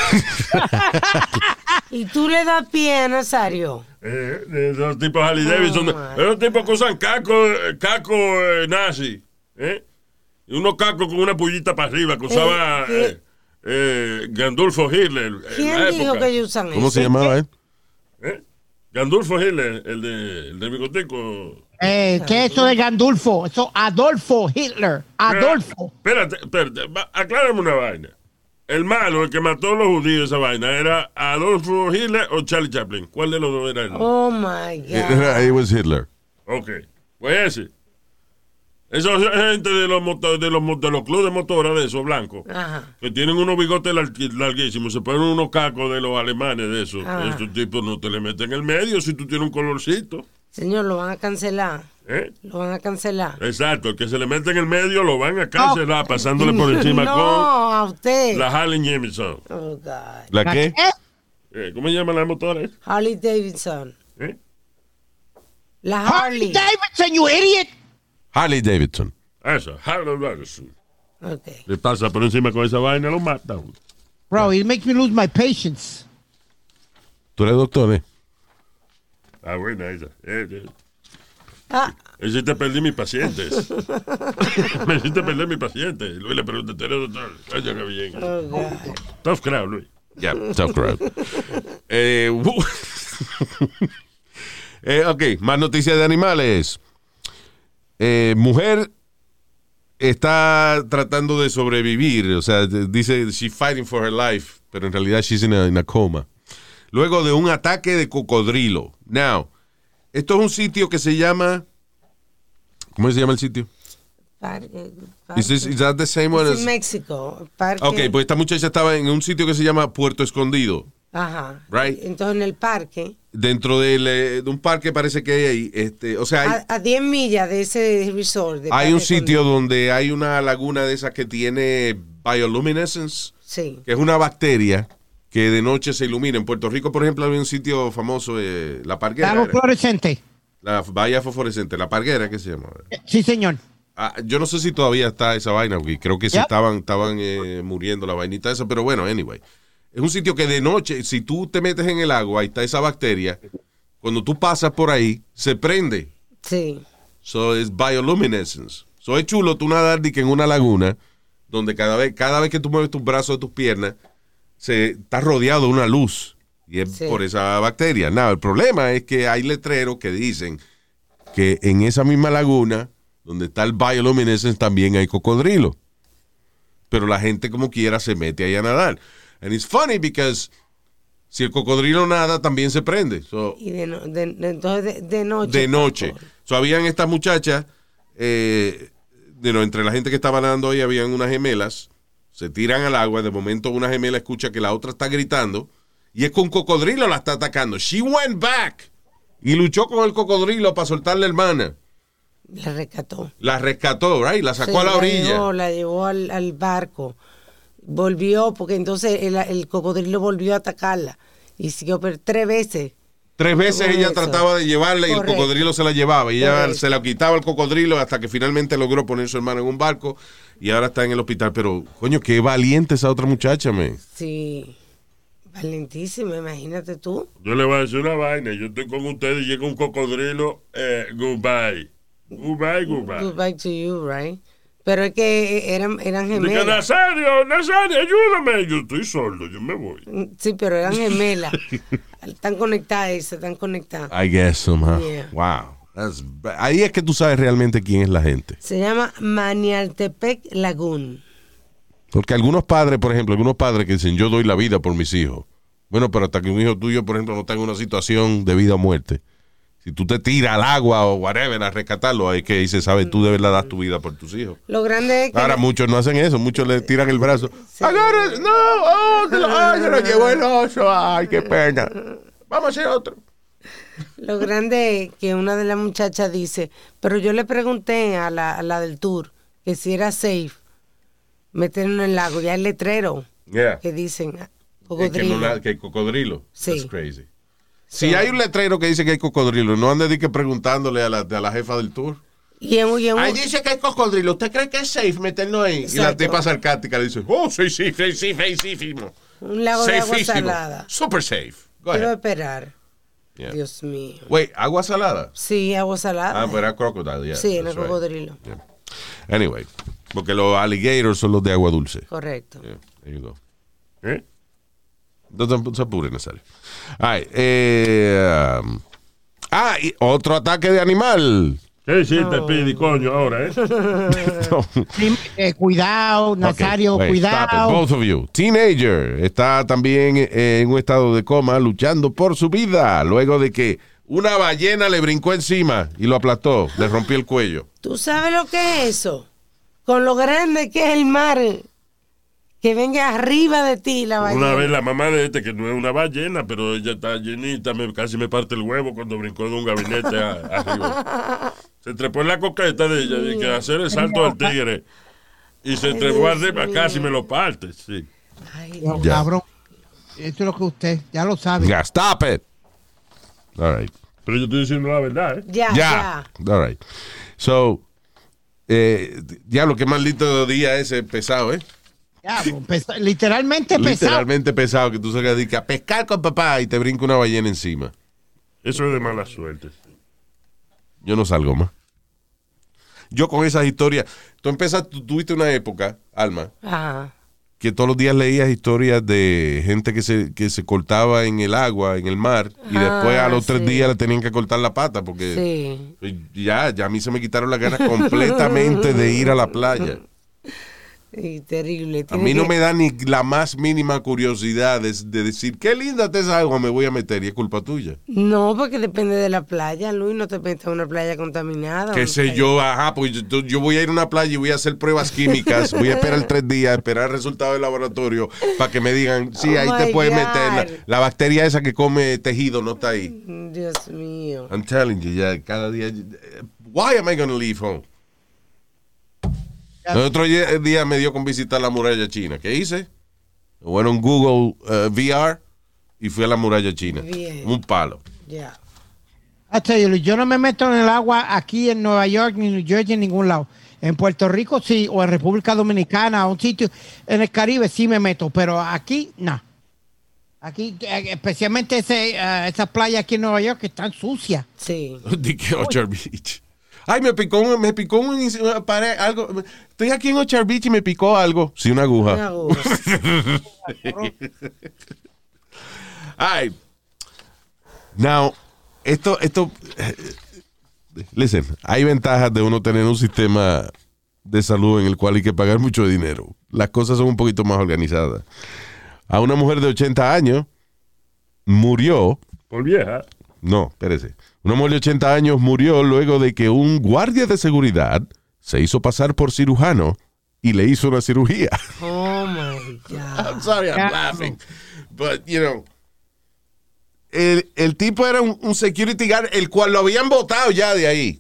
Y tú le das pie a Nazario. Eh, de esos tipos Harley Davidson. my. Esos tipos que usan caco, eh, caco eh, nazi. ¿eh? Y unos cacos con una pullita para arriba que usaba ¿qué? eh, eh, Gandolfo Hitler. en ¿Quién la dijo época. que ellos usan ¿Cómo eso? se llamaba, eh? ¿Eh? Gandolfo Hitler, el de, el de bigotico. Eh, ¿Qué es eso de Gandulfo? Eso, Adolfo Hitler. Adolfo. Espérate, espérate, va- aclárame una vaina. El malo, el que mató a los judíos, esa vaina, ¿era Adolfo Hitler o Charlie Chaplin? ¿Cuál de los dos era él? Oh my God. It, it was Hitler. Ok, pues ese. Esa gente de los moto- de los mo- de los clubes de motoras de esos blancos, Ajá. que tienen unos bigotes largui- larguísimos, se ponen unos cacos de los alemanes de esos. Ajá. Estos tipos no te le meten en el medio si tú tienes un colorcito. Señor, lo van a cancelar. ¿Eh? Lo van a cancelar. Exacto, el que se le mete en el medio lo van a cancelar pasándole por encima no, con a usted. la Harley Davidson. Oh, God. ¿La qué? Eh, ¿Cómo se llaman las motoras? Harley Davidson. ¿Eh? La Harley Harley. Davidson, you idiot. Harley Davidson. Esa, Harley Davidson. Ok. Le pasa por encima con esa vaina, lo mata. Bro, it makes me lose my patience. ¿Tú eres doctor, eh? Ah, buena esa. Eh, eh. Ah, Me hiciste perder mis pacientes. Me hiciste perder mis pacientes. Luis le pregunté, ¿tú eres doctor? Oye, qué bien. oh, God. Tough crowd, Luis. Yeah, tough crowd. eh, wu- eh, ok, más noticias de animales. Eh, mujer está tratando de sobrevivir, o sea, de- dice she's fighting for her life, pero en realidad she's in a, in a coma. Luego de un ataque de cocodrilo. Now, esto es un sitio que se llama, ¿cómo se llama el sitio? Parque, Is, this, is that the same one Es as- en México. Parque. Ok, pues esta muchacha estaba en un sitio que se llama Puerto Escondido. Ajá. Right. Entonces en el parque, Dentro del, eh, de un parque parece que hay ahí, este, o sea, hay, a, a diez millas de ese resort. de hay un Parque sitio Escondido. donde hay una laguna de esas que tiene bioluminescence, Sí. que es una bacteria que de noche se ilumina. En Puerto Rico, por ejemplo, hay un sitio famoso, eh, La Parguera. Lago era. fluorescente. La bahía fosforescente, La Parguera, ¿qué se llama? Sí, señor. Ah, yo no sé si todavía está esa vaina, porque creo que se Yep. estaban, estaban eh, muriendo la vainita esa, pero bueno, anyway. Es un sitio que de noche, si tú te metes en el agua, ahí está esa bacteria, cuando tú pasas por ahí, se prende. Sí. So, es bioluminescence. So, es chulo tú nadar di que en una laguna, donde cada vez, cada vez que tú mueves tus brazos o tus piernas, se está rodeado de una luz. Y es Sí. por esa bacteria. Nada, el problema es que hay letreros que dicen que en esa misma laguna, donde está el bioluminescence, también hay cocodrilo. Pero la gente como quiera se mete ahí a nadar. And it's funny because si el cocodrilo nada, también se prende. So, Y de, no- de- de- entonces de, de noche. de noche. pastor. So, habían estas muchachas, eh, de no, entre la gente que estaba nadando ahí, habían unas gemelas, se tiran al agua, de momento una gemela escucha que la otra está gritando, y es que un cocodrilo la está atacando. She went back y luchó con el cocodrilo para soltar la hermana. La rescató. La rescató, right? La sacó Sí, a la orilla. Llevó, la llevó al, al barco. Volvió, porque entonces el, el cocodrilo volvió a atacarla. Y siguió pero tres veces. Tres veces Con ella eso. trataba de llevarla y Correcto. el cocodrilo se la llevaba. Y ella Correcto. se la quitaba el cocodrilo hasta que finalmente logró poner a su hermano en un barco y ahora está en el hospital. Pero, coño, qué valiente esa otra muchacha, man. Sí. Valentísima, imagínate tú. Yo le voy a decir una vaina. Yo estoy con ustedes y llega un cocodrilo. Eh, goodbye. Goodbye, goodbye. Goodbye to you, right? Pero es que eran, eran Dice, gemelas. Nazario, Nazario, ayúdame. Yo estoy sordo, yo me voy. Sí, pero eran gemelas. Están conectadas, están conectadas. I guess somehow. Yeah. Wow. That's ba- ahí es que tú sabes realmente quién es la gente. Se llama Manialtepec Lagoon. Porque algunos padres, por ejemplo, algunos padres que dicen, yo doy la vida por mis hijos. Bueno, pero hasta que un hijo tuyo, por ejemplo, no está en una situación de vida o muerte. Si tú te tiras al agua o whatever a rescatarlo, hay que dice, sabes, tú de verdad das tu vida por tus hijos. Lo grande es que... Ahora muchos no hacen eso, muchos le tiran el brazo. Agarra, no, oh, se lo, ay, se lo llevó el oso, ay, qué pena. Vamos a hacer otro. Lo grande es que una de las muchachas dice, pero yo le pregunté a la, a la del tour que si era safe meterlo en el lago, ya el letrero Yeah. que dicen Es que, cocodrilo. no la- que hay cocodrilo. Sí. That's crazy. Si hay un letrero que dice que hay cocodrilo, no ande de que preguntándole a la, a la jefa del tour. Y en, y en- Ahí dice que hay cocodrilo. ¿Usted cree que es safe meterlo ahí? Y la Exacto. tipa sarcástica le dice, oh, sí, sí, sí, sí, sí, sí, sí. un lago de agua Safísimo. salada. Super safe. Go Quiero ahead. esperar. Yeah. Dios mío. Wait, ¿agua salada? Sí, agua salada. Ah, pero era crocodile, yeah. Sí, era that's right. cocodrilo. Yeah. Anyway, porque los alligators son los de agua dulce. Correcto. Yeah, there you go. ¿Eh? No te se apure, Nazario. All right, eh, um, ah, y otro ataque de animal. ¿Qué hiciste, Pidi, coño, ahora, eh? Sí, eh, cuidado, Nazario, Okay, wait, stop it, cuidado. both of you. Teenager está también eh, en un estado de coma luchando por su vida luego de que Una ballena le brincó encima y lo aplastó, le rompió el cuello. ¿Tú sabes lo que es eso? Con lo grande que es el mar, que venga arriba de ti la ballena. Una vez la mamá de este, que no es una ballena, pero ella está llenita, me, casi me parte el huevo cuando brincó de un gabinete a, arriba. Se trepó en la coqueta de ella, y que hacer el salto del tigre. Y se Ay, trepó Dios arriba, mío. casi me lo parte, sí. Ay, No, Ya. cabrón. Esto es lo que usted ya lo sabe. Ya, stop it. All right. Pero yo estoy diciendo la verdad, ¿eh? Ya, Ya. ya. All right. So, eh, ya lo que maldito día ese pesado, ¿eh? Ya, pesa- literalmente pesado. Literalmente pesado, que tú salgas de que a pescar con papá y te brinca una ballena encima. Eso es de mala suerte. Yo no salgo más. Yo con esas historias, tú empezaste, tú tuviste una época, Alma, Ajá. que todos los días leías historias de gente que se, que se cortaba en el agua, en el mar, y Ah, después a los tres sí. días le tenían que cortar la pata, porque Sí. ya, ya a mí se me quitaron las ganas completamente de ir a la playa. Sí, terrible. A Tiene mí no que- me da ni la más mínima curiosidad de, de decir, qué linda está esa agua, me voy a meter, y es culpa tuya. No, porque depende de la playa, Luis. No te metas en una playa contaminada. Qué una sé playa- yo, ajá, pues yo, yo voy a ir a una playa y voy a hacer pruebas químicas, voy a esperar tres días, esperar el resultado del laboratorio para que me digan, sí, Oh ahí te my puedes God. meter. La, la bacteria esa que come tejido no está ahí. Dios mío. I'm telling you, ya cada día. Why am I going to leave home? El otro día, día me dio con visitar la muralla china. ¿Qué hice? Bueno, en Google uh, V R y fui a la muralla china. Bien. Un palo. Ya. I tell you, yo no me meto en el agua aquí en Nueva York ni New Jersey en ningún lado. En Puerto Rico sí, o en República Dominicana, o un sitio. En el Caribe sí me meto, pero aquí no. Aquí, eh, especialmente ese, eh, esas playas aquí en Nueva York que están sucias. Sí. Di que Orchard Beach. Ay, me picó, un- me picó un, una pared, algo. Estoy aquí en Orchard Beach y me picó algo. Sí, una aguja. Una aguja. Ay. Now, esto, esto. eh, Listen, hay ventajas de uno tener un sistema de salud en el cual hay que pagar mucho dinero. Las cosas son un poquito más organizadas. A una mujer de ochenta años murió. Por vieja. No, espérese. Una mujer de ochenta años murió luego de que un guardia de seguridad se hizo pasar por cirujano y le hizo una cirugía. Oh my God. I'm sorry, I'm laughing. But, you know, el, el tipo era un, un security guard, el cual lo habían votado ya de ahí.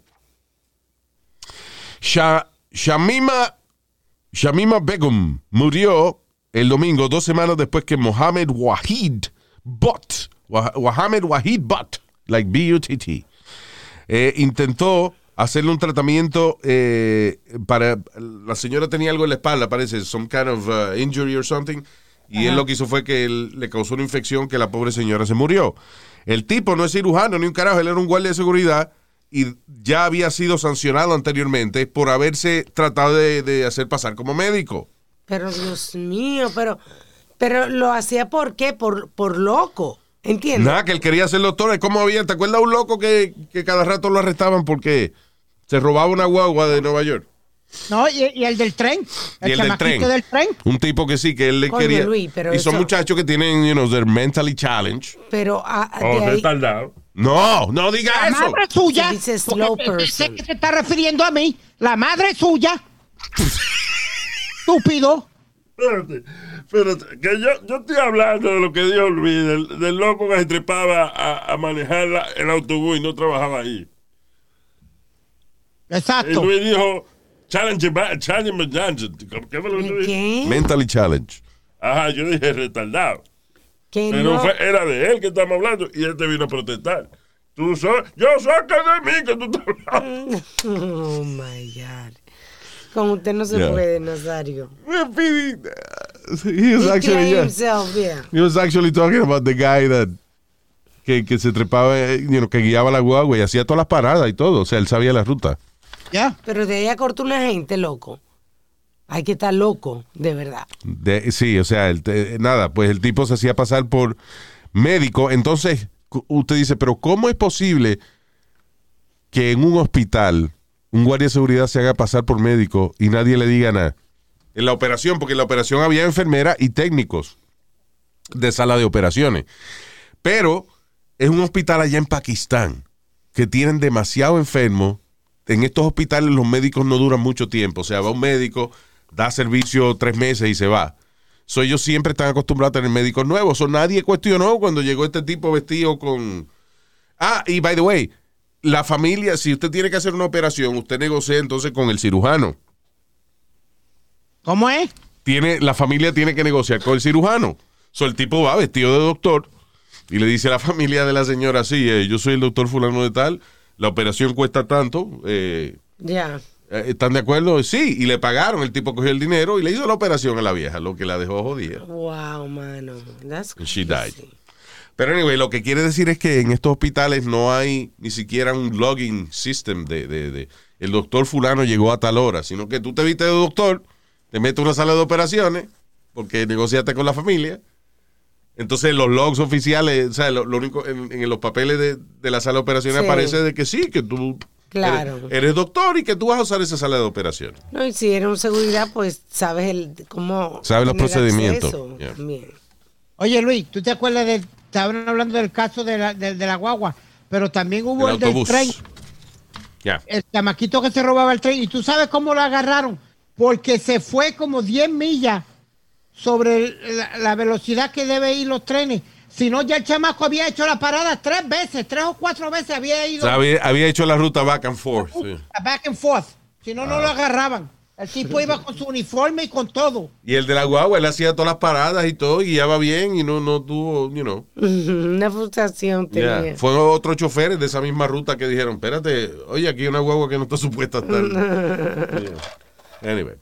Sha, Shamima, Shamima Begum murió el domingo, dos semanas después que Mohammed Wahid Butt, Wah- Mohammed Wahid Butt, like B U T T, eh, intentó hacerle un tratamiento eh, para... La señora tenía algo en la espalda, parece, some kind of uh, injury or something, y Ajá. él lo que hizo fue que él, le causó una infección que la pobre señora se murió. El tipo no es cirujano ni un carajo, él era un guardia de seguridad y ya había sido sancionado anteriormente por haberse tratado de, de hacer pasar como médico. Pero Dios mío, pero, pero lo hacía ¿por qué? Por, por loco. ¿Entiendes? Nada, que él quería ser doctor. ¿Cómo había? ¿Te acuerdas un loco que, que cada rato lo arrestaban porque se robaba una guagua de Nueva York? No, y, y el del tren. El, Y el del chamaquito tren. del tren. Un tipo que sí, que él le Coño, quería. Luis, pero y son eso- muchachos que tienen, you know, they're mentally challenged. Pero a, a- O de ahí- retardado. No, no diga La eso. madre suya. Se dice slow porque person. sé que se está refiriendo a mí. La madre suya. Estúpido. Espérate, espérate, que yo, yo estoy hablando de lo que dijo Luis, del, del loco que se trepaba a, a manejar la- el autobús y no trabajaba ahí. Y Exacto. Luis dijo, challenge, ba- challenge, challenge. ¿Qué fue lo que tú dijiste? ¿Qué? Mentally challenged. Ajá, yo dije retardado. Que Pero no. fue, era de él que estamos hablando y él te vino a protestar. Tú so, yo saca de mí que tú estás hablando. Oh my God. Con usted no se Yeah. puede, Nazario. He was He actually, claimed yeah. himself, yeah. He was actually talking about the guy that que, que se trepaba, eh, you know, que guiaba la guagua y hacía todas las paradas y todo. O sea, él sabía la ruta. Ya. Pero de ahí a cortar una gente, loco. Hay que estar loco, de verdad. De- sí, o sea, el te- nada, pues el tipo se hacía pasar por médico. Entonces, cu- usted dice, pero ¿cómo es posible que en un hospital un guardia de seguridad se haga pasar por médico y nadie le diga nada? En la operación, porque en la operación había enfermera y técnicos de sala de operaciones. Pero es un hospital allá en Pakistán que tienen demasiado enfermos. En estos hospitales los médicos no duran mucho tiempo. O sea, va un médico, da servicio tres meses y se va. So, ellos siempre están acostumbrados a tener médicos nuevos. So, nadie cuestionó cuando llegó este tipo vestido con... Ah, y by the way, la familia, si usted tiene que hacer una operación, usted negocia entonces con el cirujano. ¿Cómo es? Tiene, la familia tiene que negociar con el cirujano. So, el tipo va vestido de doctor y le dice a la familia de la señora, sí, eh, yo soy el doctor fulano de tal, la operación cuesta tanto, eh, Ya. ¿están de acuerdo? Sí, y le pagaron, el tipo cogió el dinero y le hizo la operación a la vieja, lo que la dejó jodida. Wow, mano. That's And she crazy. died. Pero anyway, lo que quiere decir es que en estos hospitales no hay ni siquiera un login system de, de, de el doctor fulano llegó a tal hora, sino que tú te viste de doctor, te metes a una sala de operaciones porque negociaste con la familia. Entonces los logs oficiales, o sea, lo, lo único en, en los papeles de, de la sala de operaciones Sí. aparece de que sí, que tú Claro. eres, eres doctor y que tú vas a usar esa sala de operaciones. No, y si eres un seguridad, pues sabes el cómo. Sabes los tener procedimientos. acceso Yeah. también. Oye, Luis, ¿tú te acuerdas del... Estaban hablando del caso de la, de, de la guagua, pero también hubo El el, del autobús. tren. Ya. El chamaquito que se robaba el tren. ¿Y tú sabes cómo lo agarraron? Porque se fue como diez millas sobre el- la, la velocidad que debe ir los trenes. Si no, ya el chamaco había hecho la parada tres veces, tres o cuatro veces había O ido sea, había, había hecho la ruta back and forth. Sí. back and forth. Si no, no lo agarraban. El tipo iba con su uniforme y con todo. Y el de la guagua, él hacía todas las paradas y todo, y ya va bien y no, no tuvo, you know. Una frustración Yeah. tenía. Fueron otros choferes de esa misma ruta que dijeron, espérate, oye, aquí hay una guagua que no está supuesta a estar. Yeah. Anyway.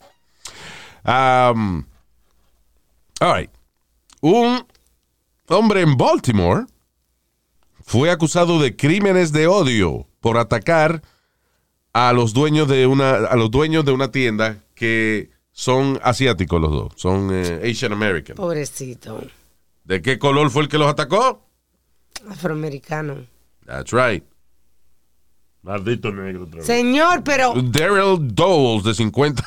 Um, all right. Un hombre en Baltimore fue acusado de crímenes de odio por atacar a los dueños de una a los dueños de una tienda que son asiáticos los dos, son eh, Asian American. Pobrecito. ¿De qué color fue el que los atacó? Afroamericano. That's right. Maldito negro otra vez. Señor, pero. Daryl Dowles, de cincuenta,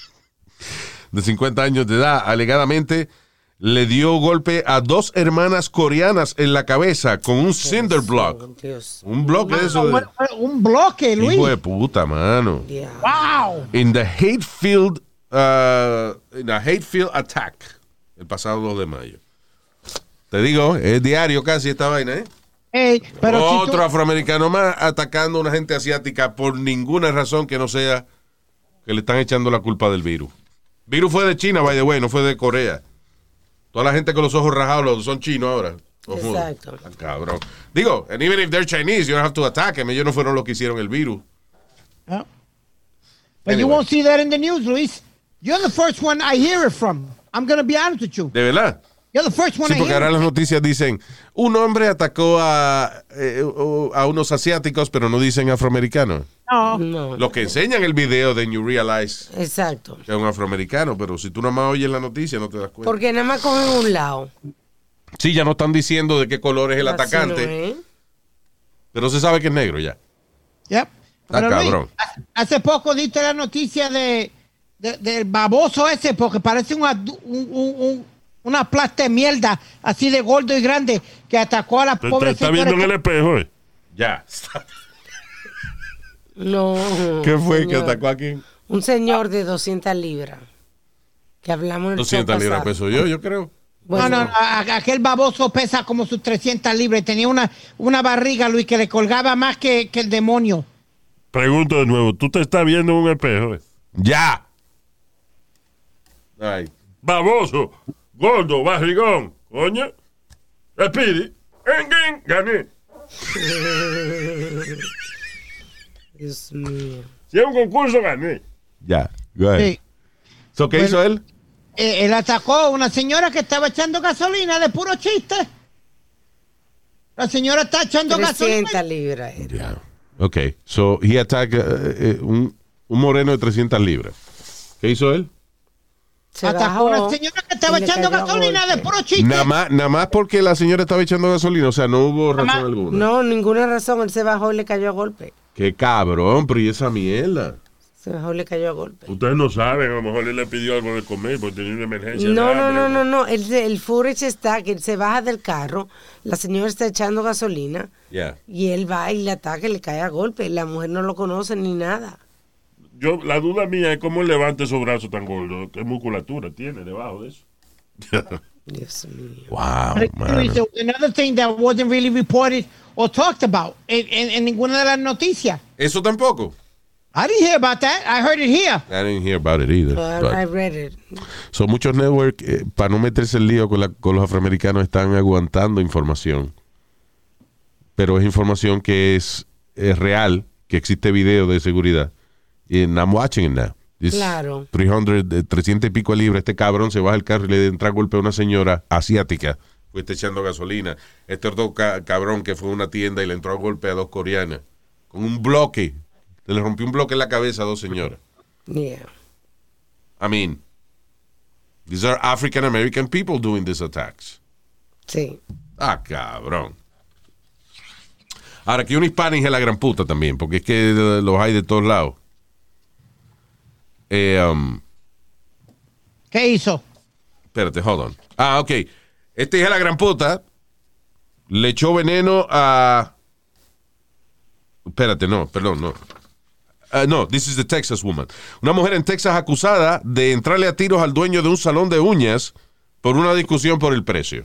de cincuenta años de edad, alegadamente le dio golpe a dos hermanas coreanas en la cabeza con un cinder block. Dios. Un bloque de eso. de- Un bloque, Luis. Hijo de puta, mano. Yeah. ¡Wow! In the Hatefield, uh, in a Hatefield attack, el pasado dos de mayo. Te digo, es diario casi esta vaina, ¿eh? Ey, pero si Otro tú- afroamericano más atacando a una gente asiática por ninguna razón que no sea que le están echando la culpa del virus. Virus fue de China, by the way, no fue de Corea. Toda la gente con los ojos rajados los- son chinos ahora. Ojo. Exacto. Ah, cabrón. Digo, and even if they're Chinese, you don't have to attack them. Ellos no fueron los que hicieron el virus. But you Anyway. won't see that in the news, Luis. You're the first one I hear it from. I'm going to be honest with you. ¿De verdad? You're the first one Sí, I porque hear ahora it. las noticias dicen, un hombre atacó a, eh, a unos asiáticos, pero no dicen afroamericanos. No. No. Los que enseñan el video, then you realize Exacto. que es un afroamericano, pero si tú nomás oyes la noticia no te das cuenta. Porque nada más cogen un lado. Sí, ya no están diciendo de qué color es el Así atacante, no es. pero se sabe que es negro ya. Yep. Está Pero, Luis, cabrón. hace- hace poco diste la noticia de, de- del baboso ese, porque parece un, adu- un- un- un- una plasta de mierda, así de gordo y grande, que atacó a la Te, te pobre está viendo en el señora. espejo, ¿eh? Ya. No. ¿Qué fue que señor. atacó aquí? Un señor de doscientas libras. Que hablamos en el doscientas show libras pasado. peso yo, yo creo. Bueno, No, no, no, a- aquel baboso pesa como sus trescientas libras y tenía una, una barriga, Luis, que le colgaba más que, que el demonio. Pregunto de nuevo, ¿tú te estás viendo en un espejo? ¿eh? Ya. Ay. Baboso, gordo, barrigón, coño. Speedy, en, en, gané. Dios mío. Si es un concurso, gané. Ya. Go ahead. Sí. So, ¿qué Bueno. hizo él? Eh, él atacó a una señora que estaba echando gasolina de puro chiste. La señora está echando trescientas gasolina. libras. era. Ya. Ok. So, he attacked eh, eh, un, un moreno de trescientas libras. ¿Qué hizo él? Se Atacó a bajó una señora que estaba y le echando cayó a gasolina de golpe. puro chiste. Nada más, nada más porque la señora estaba echando gasolina. O sea, no hubo razón más. alguna. No, ninguna razón. Él se bajó y le cayó a golpe. Qué cabrón, pero ¿y esa mierda? Se mejor le cayó a golpe. Ustedes no saben, a lo mejor él le pidió algo de comer porque tenía una emergencia. No, de no, hambre, no, no, no. El, el footage está que él se baja del carro, la señora está echando gasolina Yeah. y él va y le ataca y le cae a golpe. La mujer no lo conoce ni nada. Yo, la duda mía es cómo él levanta esos brazos tan gordos. ¿Qué musculatura tiene debajo de eso? Dios mío. Wow, Luis, man. another thing that wasn't really reported or talked about en, en, en ninguna de las noticias. Eso tampoco. I didn't hear about that. I heard it here. I didn't hear about it either. Uh, but- I read it. Son muchos networks, eh, para no meterse el lío con, la- con los afroamericanos, están aguantando información. Pero es información que es, es real, que existe video de seguridad. Y I'm watching it now. It's Claro. trescientos, eh, trescientos y pico de libras. Este cabrón se baja el carro y le entra a golpe a una señora asiática. Fue está echando gasolina. Este otro ca- cabrón que fue a una tienda y le entró a golpe a dos coreanas. Con un bloque. Se le rompió un bloque en la cabeza a dos señoras. Yeah. I mean, these are African American people doing these attacks. Sí. Ah, cabrón. Ahora, que un hispanic es la gran puta también, porque es que eh, los hay de todos lados. Eh, um, ¿Qué hizo? espérate, hold on. Ah, ok. Este es la gran puta. Le echó veneno a... Espérate, no, perdón, no. Uh, no, this is the Texas woman. Una mujer en Texas acusada de entrarle a tiros al dueño de un salón de uñas por una discusión por el precio.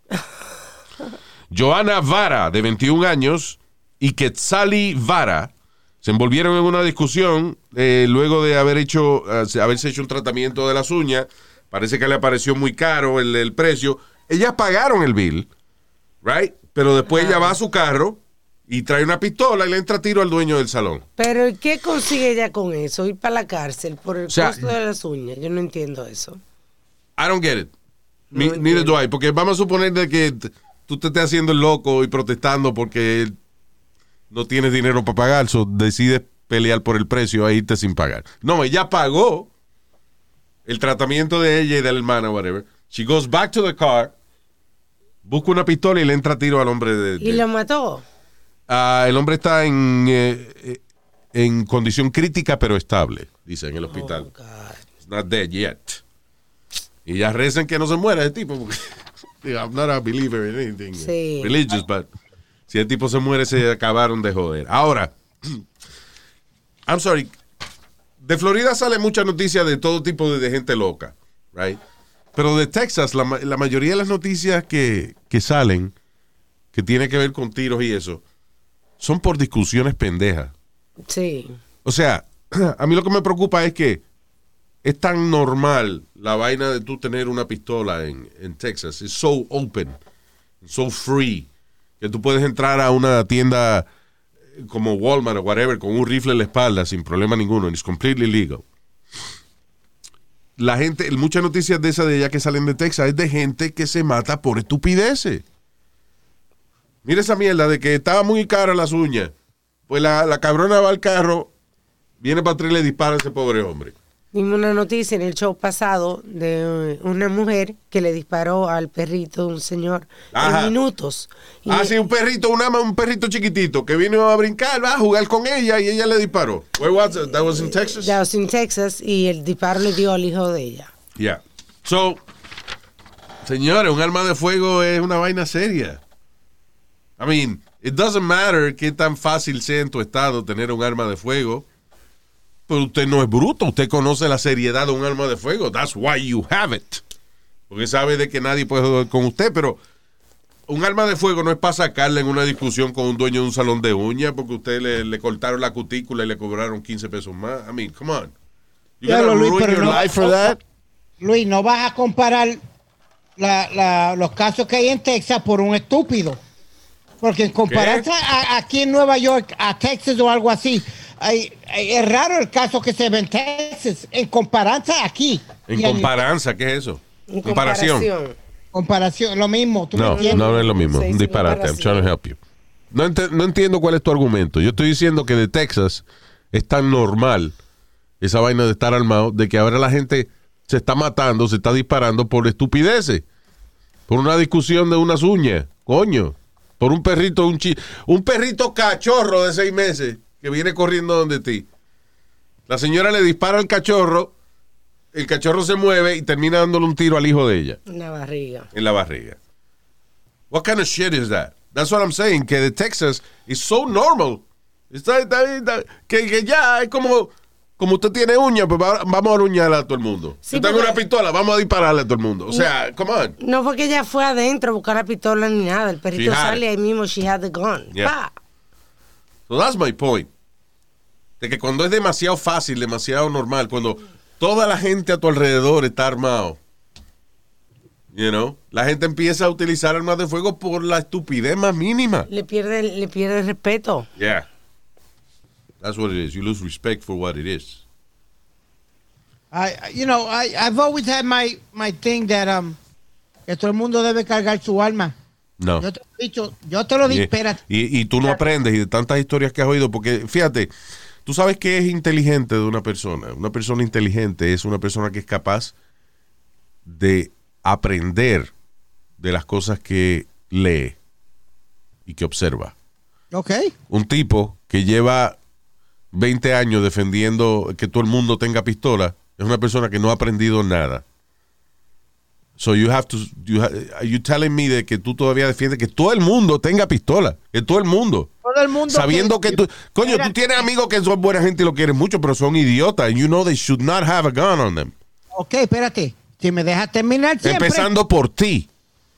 Joana Vara, de veintiún años, y Quetzali Vara se envolvieron en una discusión eh, luego de haber hecho, uh, haberse hecho un tratamiento de las uñas. Parece que le pareció muy caro el, el precio. Ellas pagaron el bill, right? Pero después ella va a su carro y trae una pistola y le entra tiro al dueño del salón. Pero ¿y qué consigue ella con eso? Ir para la cárcel por el O sea, costo de las uñas. Yo no entiendo eso. I don't get it. No Mi- entiendo. neither do I. Porque vamos a suponer de que t- tú te estés haciendo el loco y protestando porque no tienes dinero para pagar, so decides pelear por el precio e irte sin pagar. No, ella pagó el tratamiento de ella y de la hermana, whatever. She goes back to the car, busca una pistola y le entra tiro al hombre de... ¿Y de- lo mató? Ah, el hombre está en, eh, eh, en condición crítica pero estable, dice en el hospital. Oh, God. It's not dead yet. Y ya rezan que no se muera el tipo. Porque, digo, I'm not a believer in anything Sí. religious, but si el tipo se muere, se acabaron de joder. Ahora, I'm sorry. De Florida sale mucha noticia de todo tipo de, de gente loca, right? Pero de Texas, la, ma- la mayoría de las noticias que, que salen, que tiene que ver con tiros y eso, son por discusiones pendejas. Sí. O sea, a mí lo que me preocupa es que es tan normal la vaina de tú tener una pistola en, en Texas. Es so open, so free, que tú puedes entrar a una tienda eh, como Walmart o whatever con un rifle en la espalda sin problema ninguno. It's completely legal. La gente, muchas noticias de esas de allá que salen de Texas es de gente que se mata por estupideces. Mira esa mierda de que estaba muy cara las uñas. Pues la, la cabrona va al carro, viene para atrás y le dispara a ese pobre hombre. Vimos una noticia en el show pasado de eh, una mujer que le disparó al perrito de un señor Ajá. en minutos. Y Ah, sí, un perrito, una, un perrito chiquitito que vino a brincar, va a jugar con ella y ella le disparó. Where was it? That was in Texas? ya was in Texas y el disparo le dio al hijo de ella. Yeah. So, señores, un arma de fuego es una vaina seria. I mean, it doesn't matter qué tan fácil sea en tu estado tener un arma de fuego. Pero usted no es bruto, usted conoce la seriedad de un arma de fuego. That's why you have it. Porque sabe de que nadie puede jugar con usted, pero un arma de fuego no es para sacarle en una discusión con un dueño de un salón de uñas porque usted le, le cortaron la cutícula y le cobraron quince pesos más. I mean, come on. You Claro, gotta Luis, ruin pero your no- life for that? Luis, no vas a comparar la- la- los casos que hay en Texas por un estúpido. Porque en comparación a- aquí en Nueva York, a Texas o algo así, hay- hay- es raro el caso que se ve en Texas. En comparación aquí. En Y en- comparanza, ¿qué es eso? En Comparación. comparación, lo mismo. ¿tú me No, entiendes? no es lo mismo. Se Un dice disparate. I'm comparación. trying to help you. No, ente- no entiendo cuál es tu argumento. Yo estoy diciendo que de Texas es tan normal esa vaina de estar armado, de que ahora la gente se está matando, se está disparando por estupideces. Por una discusión de unas uñas. Coño. Por un perrito, un chi un perrito cachorro de seis meses que viene corriendo donde ti. La señora le dispara al cachorro, el cachorro se mueve y termina dándole un tiro al hijo de ella. En la barriga. En la barriga. What kind of shit is that? That's what I'm saying, que de Texas is so normal. Está, está, está, que, que ya es como, como usted tiene uñas, pues va, vamos a aruñarle a todo el mundo. Sí, yo tengo porque... una pistola, vamos a dispararle a todo el mundo. O sea, no, come on. No fue que ella fue adentro a buscar la pistola ni nada. El perrito sale ahí mismo, she had the gun. Yeah. Pa. So that's my point. De que cuando es demasiado fácil, demasiado normal, cuando toda la gente a tu alrededor está armado, you know, la gente empieza a utilizar armas de fuego por la estupidez más mínima. Le pierde, le pierde el respeto. Yeah. That's what it is. You lose respect for what it is. I, you know, I, I've always had my, my thing that um, que todo el mundo debe cargar su arma. No. Yo te lo he dicho, yo te lo digo, Y, espérate. y, y tú no aprendes y de tantas historias que has oído, porque fíjate, tú sabes qué es inteligente de una persona. Una persona inteligente es una persona que es capaz de aprender de las cosas que lee y que observa. Ok. Un tipo que lleva veinte años defendiendo que todo el mundo tenga pistola es una persona que no ha aprendido nada. So you have to, you ha, are you telling me de que tú todavía defiendes que todo el mundo tenga pistola? Que todo el mundo. Todo el mundo. Sabiendo que, que tú, coño, Mira, tú tienes amigos que son buena gente y lo quieren mucho, pero son idiotas. And you know they should not have a gun on them. Ok, espérate. Si me dejas terminar siempre. Empezando por ti.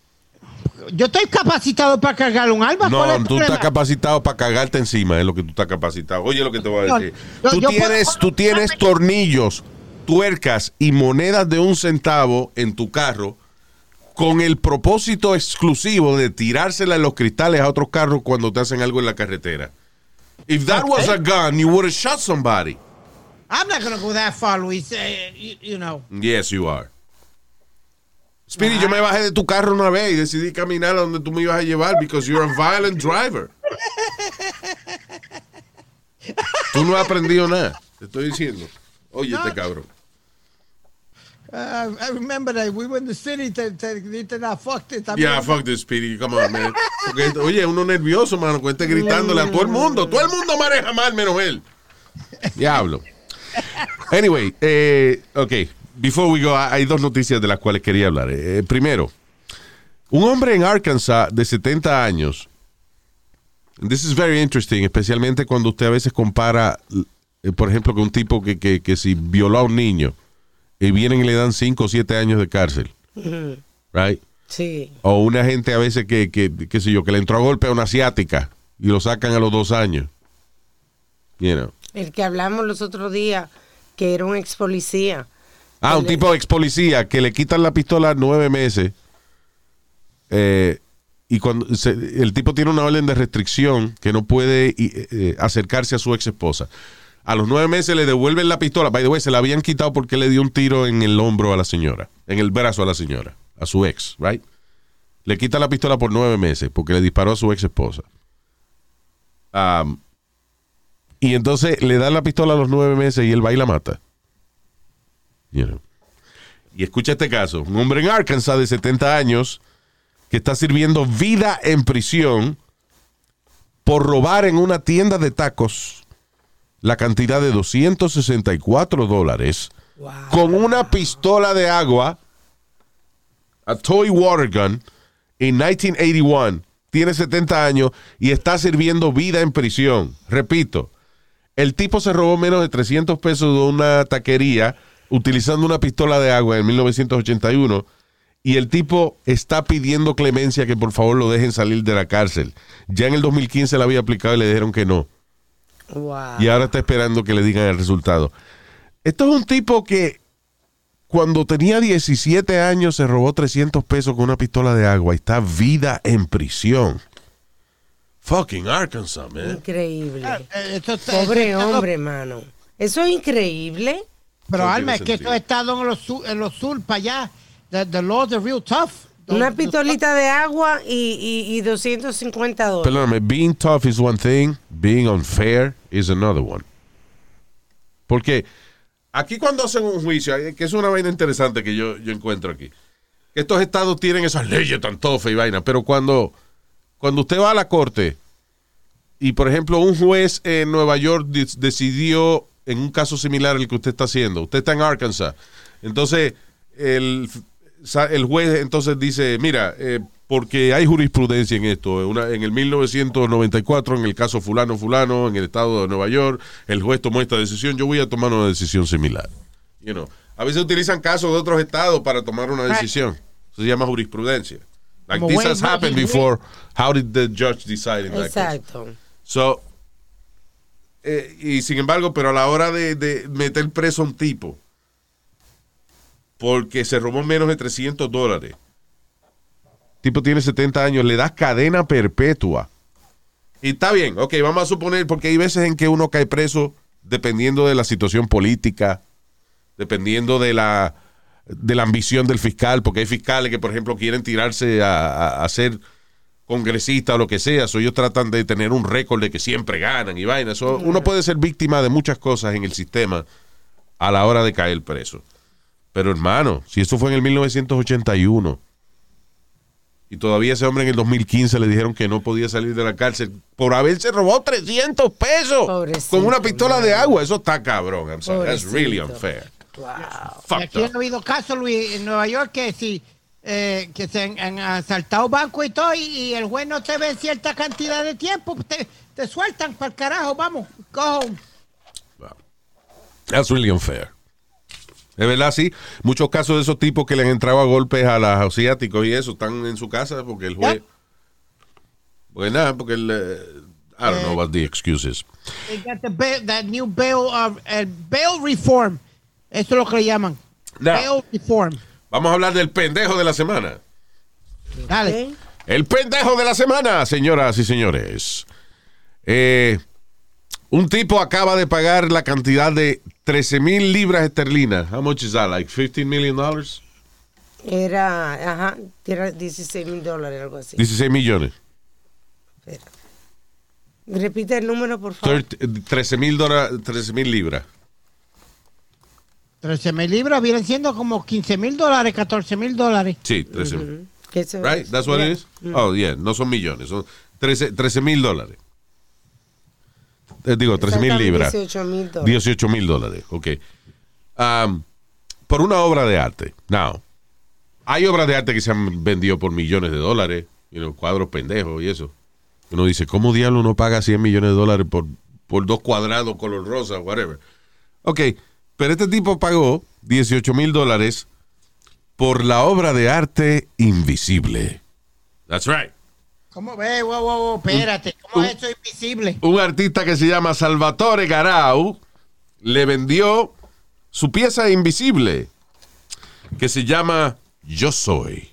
Yo estoy capacitado para cargar un arma. No, ¿cuál es el tú problema? estás capacitado para cagarte encima, es lo que tú estás capacitado. Oye lo que te voy a decir. Yo- tú yo tienes, puedo- tú tienes tornillos, tuercas y monedas de un centavo en tu carro con el propósito exclusivo de tirársela en los cristales a otros carros cuando te hacen algo en la carretera. If that Okay. was a gun, you would have shot somebody. I'm not going to go that far, Luis. Eh, you, you know. Yes, you are. Speedy, yo me bajé de tu carro una vez y decidí caminar a donde tú me ibas a llevar because you're a violent driver. Tú no has aprendido nada, te estoy diciendo. Oye, este cabrón. Uh, I remember that we were in the city to, to, to not fuck this. I Yeah, mean, fuck this, Speedy, come on, man. Porque, oye, uno nervioso, mano, que esté gritándole a todo el mundo. Todo el mundo maneja mal menos él. Diablo. Anyway, eh, ok. Before we go, hay dos noticias de las cuales quería hablar. Eh, primero, un hombre en Arkansas de setenta años. This is very interesting, especialmente cuando usted a veces compara, eh, por ejemplo, con un tipo que, que, que si violó a un niño y vienen y le dan cinco o siete años de cárcel. Right? Sí. O una gente a veces que, que, qué sé yo, que le entró a golpe a una asiática y lo sacan a los dos años. You know. El que hablamos los otros días, que era un ex policía. Ah, un tipo ex policía que le quitan la pistola nueve meses eh, y cuando se, el tipo tiene una orden de restricción que no puede eh, acercarse a su ex esposa. A los nueve meses le devuelven la pistola. By the way, se la habían quitado porque le dio un tiro en el hombro a la señora, en el brazo a la señora, a su ex, right? Le quita la pistola por nueve meses porque le disparó a su ex esposa. Um, y entonces le dan la pistola a los nueve meses y él va y la mata. You know. Y escucha este caso. Un hombre en Arkansas de setenta años que está sirviendo vida en prisión por robar en una tienda de tacos la cantidad de doscientos sesenta y cuatro dólares wow. con una pistola de agua, a toy water gun, en nineteen eighty-one. Tiene setenta años y está sirviendo vida en prisión. Repito, el tipo se robó menos de trescientos pesos de una taquería utilizando una pistola de agua en mil novecientos ochenta y uno y el tipo está pidiendo clemencia que por favor lo dejen salir de la cárcel. Ya en el dos mil quince la había aplicado y le dijeron que no. Wow. Y ahora está esperando que le digan el resultado. Esto es un tipo que cuando tenía diecisiete años se robó trescientos pesos con una pistola de agua y está vida en prisión. Fucking Arkansas, man. Increíble. Eh, esto está- Pobre esto está- hombre, mano. Eso es increíble. Pero No Alma, tiene es que sentido. estos estados en los sur, en los sur para allá, the, the laws are real tough. Una pistolita de agua y, y, y doscientos cincuenta dólares. Perdóname, being tough is one thing, being unfair is another one. Porque aquí cuando hacen un juicio, que es una vaina interesante que yo, yo encuentro aquí, que estos estados tienen esas leyes tan tofas y vaina, pero cuando, cuando usted va a la corte y, por ejemplo, un juez en Nueva York de- decidió en un caso similar al que usted está haciendo. Usted está en Arkansas. Entonces, el, el juez entonces dice, mira, eh, porque hay jurisprudencia en esto. Una, en el mil novecientos noventa y cuatro, en el caso fulano, fulano, en el estado de Nueva York, el juez tomó esta decisión, yo voy a tomar una decisión similar. You know. A veces utilizan casos de otros estados para tomar una decisión. Eso se llama jurisprudencia. Like this has happened before. How did the judge decide in that case? Exacto. So, eh, y sin embargo, pero a la hora de, de meter preso a un tipo porque se robó menos de trescientos dólares, el tipo tiene setenta años, le das cadena perpetua. Y está bien, ok, vamos a suponer, porque hay veces en que uno cae preso dependiendo de la situación política, dependiendo de la, de la ambición del fiscal, porque hay fiscales que, por ejemplo, quieren tirarse a, a, a ser congresista o lo que sea, so ellos tratan de tener un récord de que siempre ganan y vainas. So, uno puede ser víctima de muchas cosas en el sistema a la hora de caer preso. Pero hermano, si eso fue en el mil novecientos ochenta y uno y todavía ese hombre en el dos mil quince le dijeron que no podía salir de la cárcel por haberse robado trescientos pesos Pobrecito, con una pistola man. de agua, eso está cabrón. I'm sorry. That's really unfair. Wow. Y aquí han habido casos, Luis, en Nueva York que si eh, que se han, han asaltado bancos y todo, y, y el juez no te ve cierta cantidad de tiempo, te, te sueltan para el carajo, vamos, go home. Wow. That's really unfair. Es verdad, sí. Muchos casos de esos tipos que le han entrado a golpes a los asiáticos y eso están en su casa porque el juez. Pues nada, porque el. Uh, I don't know what the excuse is. They got the bail, that new bail, uh, uh, bail reform. Eso es lo que le llaman. Now, bail reform. Vamos a hablar del pendejo de la semana. Dale. El pendejo de la semana, señoras y señores. Eh. Un tipo acaba de pagar la cantidad de trece mil libras esterlinas. How much is that? Like fifteen million dollars? Era, ajá, era dieciséis mil dólares, algo así. dieciséis millones. Espera. Repite el número, por favor. trece mil libras. trece mil libras vienen siendo como quince mil dólares, catorce mil dólares. Sí, trece mil. Uh-huh. Right? That's what yeah. it is? Mm. Oh, yeah. No son millones. Son trece mil dólares. Eh, digo, trece mil libras. dieciocho mil dólares. dieciocho mil dólares, ok. Um, por una obra de arte. Now, hay obras de arte que se han vendido por millones de dólares, you know, cuadros pendejos y eso. Uno dice, ¿cómo diablo uno paga cien millones de dólares por, por dos cuadrados color rosa, whatever? Ok, pero este tipo pagó dieciocho mil dólares por la obra de arte invisible. That's right. ¿Cómo ve? Wow, wow, wow, espérate. ¿Cómo es eso invisible? Un artista que se llama Salvatore Garau le vendió su pieza invisible que se llama Yo Soy.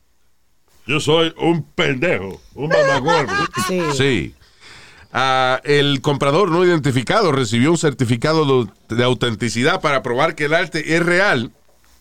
Yo soy un pendejo, un mamagüevo. Sí. Sí. Uh, el comprador no identificado recibió un certificado de, de autenticidad para probar que el arte es real.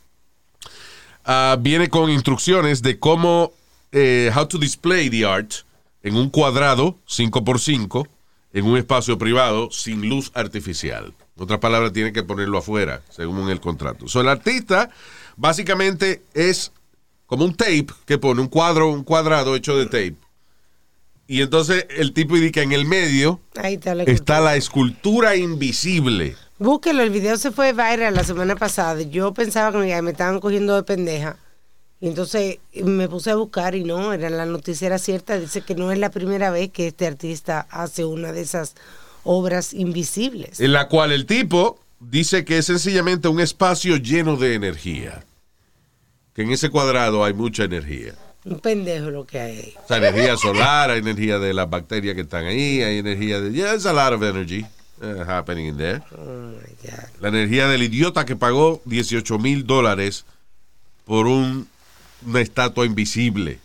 Uh, viene con instrucciones de cómo Eh, how to display the art en un cuadrado cinco por cinco en un espacio privado sin luz artificial. En otras palabras, tiene que ponerlo afuera, según el contrato. So, el artista básicamente es como un tape que pone un cuadro, un cuadrado hecho de tape. Y entonces el tipo indica en el medio Ahí está la, está la escultura invisible. Búsquelo, el video se fue viral la semana pasada. Yo pensaba que me estaban cogiendo de pendeja. Y entonces me puse a buscar y no, era la noticia era cierta. Dice que no es la primera vez que este artista hace una de esas obras invisibles. En la cual el tipo dice que es sencillamente un espacio lleno de energía. Que en ese cuadrado hay mucha energía. Un pendejo lo que hay ahí. O sea, energía solar, hay energía de las bacterias que están ahí, hay energía de... Yeah, there's a lot of energy uh, happening in there. Oh my God. La energía del idiota que pagó dieciocho mil dólares por un... una estatua invisible.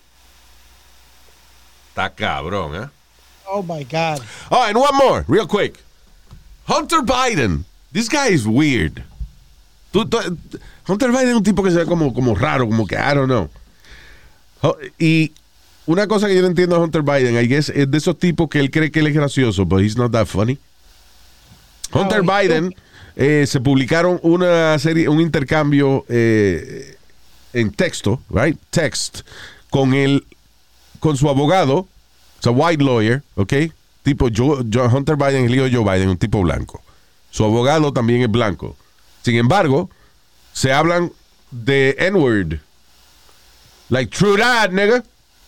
Está cabrón, ¿eh? Oh, my God. Oh, and one more, real quick. Hunter Biden. This guy is weird. Tú, tú, Hunter Biden es un tipo que se ve como, como raro, como que, I don't know. Oh, y una cosa que yo no entiendo a Hunter Biden, I guess, es de esos tipos que él cree que él es gracioso, but he's not that funny. Hunter oh, Biden, eh, se publicaron una serie, un intercambio... Eh, en texto, right? Text, con el, con su abogado, it's a white lawyer, ¿ok? Tipo Joe, Joe, Hunter Biden, el hijo de Joe Biden, un tipo blanco. Su abogado también es blanco. Sin embargo, se hablan de N-word. Like, true that, nigga.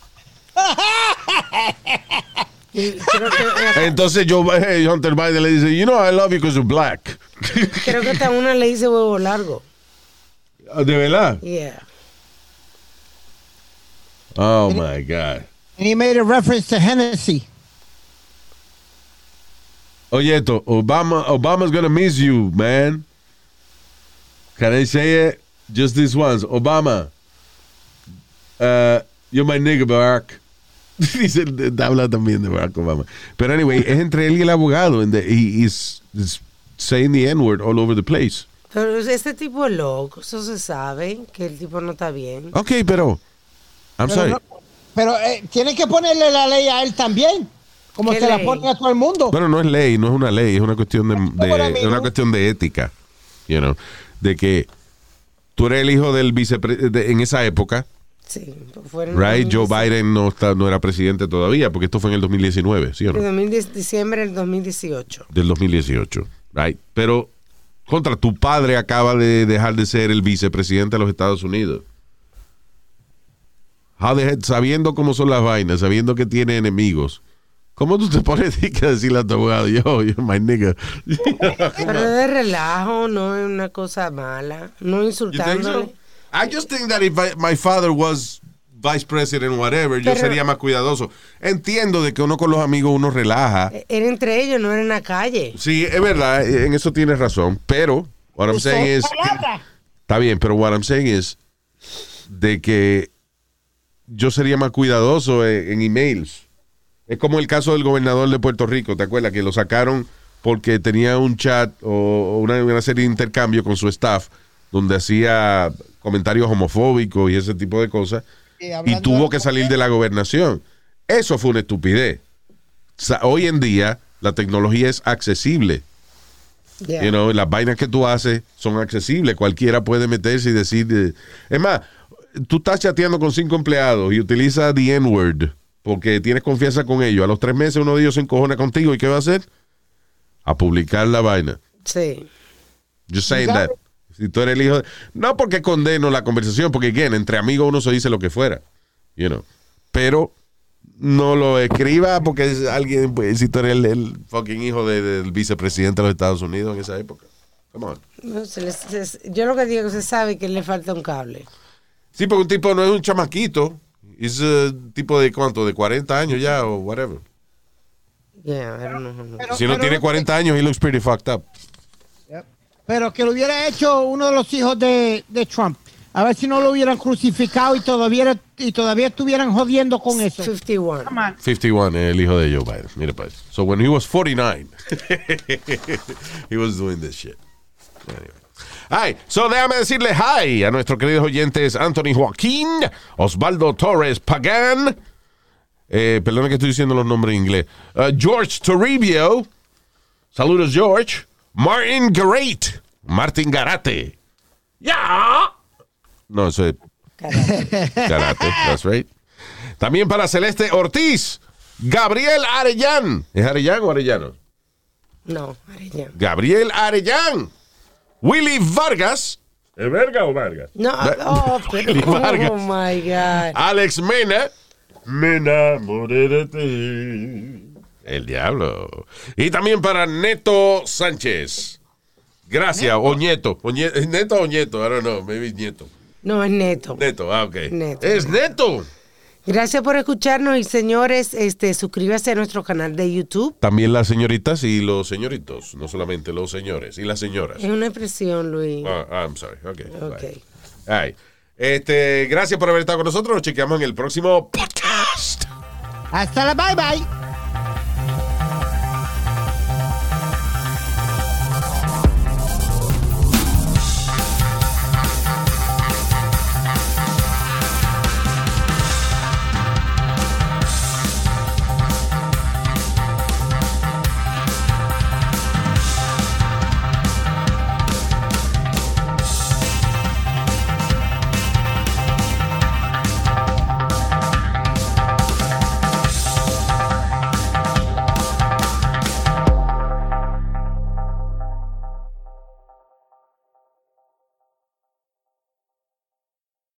Entonces yo, hey, Hunter Biden le dice, you know I love you because you're black. Creo que hasta una le dice huevo largo. ¿De verdad? Yeah. Oh my God. And he made a reference to Hennessy. Oye, esto, Obama, Obama's gonna miss you, man. Can I say it just this once? Obama, uh, you're my nigga, Barack. Dice, habla también de Barack Obama. Pero anyway, es entre él y el abogado. And the, he is saying the N-word all over the place. Pero este tipo es loco, eso se sabe, que el tipo no está bien. Ok, pero, I'm pero sorry. No, pero eh, tiene que ponerle la ley a él también, como se la pone a todo el mundo. Bueno, no es ley, no es una ley, es una cuestión de, de es una cuestión de ética, you know, de que tú eres el hijo del vicepresidente en esa época. Sí, right, Joe Biden no está, no era presidente todavía, porque esto fue en el dos mil diecinueve, ¿sí o no? En diciembre del dos mil dieciocho. Del dos mil dieciocho, right. Pero contra tu padre acaba de dejar de ser el vicepresidente de los Estados Unidos. How the heck, sabiendo cómo son las vainas, sabiendo que tiene enemigos, ¿cómo tú te pones a decirle a tu abogado, yo, you're my nigga? Pero de relajo, no es una cosa mala, no insultándole. I just think that if I, my father was vice president, whatever, Pero, yo sería más cuidadoso. Entiendo de que uno con los amigos uno relaja. Era entre ellos, no era en la calle. Sí, es verdad, en eso tienes razón. Pero, what I'm saying is, está bien, pero what I'm saying is de que yo sería más cuidadoso en, en emails. Es como el caso del gobernador de Puerto Rico, ¿te acuerdas? Que lo sacaron porque tenía un chat o una, una serie de intercambio con su staff donde hacía comentarios homofóbicos y ese tipo de cosas, y, y tuvo que salir de la gobernación. Eso fue una estupidez. O sea, hoy en día la tecnología es accesible. Yeah. You know, las vainas que tú haces son accesibles. Cualquiera puede meterse y decir... Eh, es más, tú estás chateando con cinco empleados y utilizas the N-word porque tienes confianza con ellos. A los tres meses uno de ellos se encojona contigo. ¿Y qué va a hacer? A publicar la vaina. Sí. Just saying that. Si tú eres el hijo de... No porque condeno la conversación, porque again, entre amigos uno se dice lo que fuera, you know. Pero no lo escriba porque es alguien, pues, si tú eres el, el fucking hijo de, del vicepresidente de los Estados Unidos en esa época. Come on. No, se les, se, yo lo que digo es que se sabe que le falta un cable. Sí, porque un tipo no es un chamaquito. Es un uh, tipo de cuánto, de cuarenta años ya o whatever. Yeah, I don't know. Pero, si no pero, tiene cuarenta años, he looks pretty fucked up. Pero que lo hubiera hecho uno de los hijos de, de Trump. A ver si no lo hubieran crucificado y todavía, y todavía estuvieran jodiendo con eso. cincuenta y uno. cincuenta y uno, el hijo de Joe Biden. Mira pues. So when he was forty-nine, he was doing this shit. Anyway. Hi. So déjame decirle hi a nuestros queridos oyentes Anthony Joaquín, Osvaldo Torres Pagán, eh, perdona que estoy diciendo los nombres en inglés, uh, George Toribio, saludos George, Martin Garate, Martin Garate, ya, yeah. No, eso es Karate. Karate, that's right. También para Celeste Ortiz, Gabriel Arellán, ¿es Arellán o Arellano? No, Arellán. Gabriel Arellán, Willy Vargas. ¿Es Verga o Vargas? No, oh, pero, Vargas. Oh my God. Alex Mena. Me enamoré de ti. El diablo. Y también para Neto Sánchez. Gracias. Neto. O Nieto. O Nieto. Neto o Nieto. I don't know. Maybe Nieto. No, es Neto. Neto. Ah, ok. Neto. Es Neto. Gracias por escucharnos y señores, este, suscríbase a nuestro canal de YouTube. También las señoritas y los señoritos, no solamente los señores y las señoras. Es una expresión, Luis. Ah, uh, I'm sorry. Okay. Okay. All right. Este, gracias por haber estado con nosotros. Nos chequeamos en el próximo podcast. Hasta la bye bye.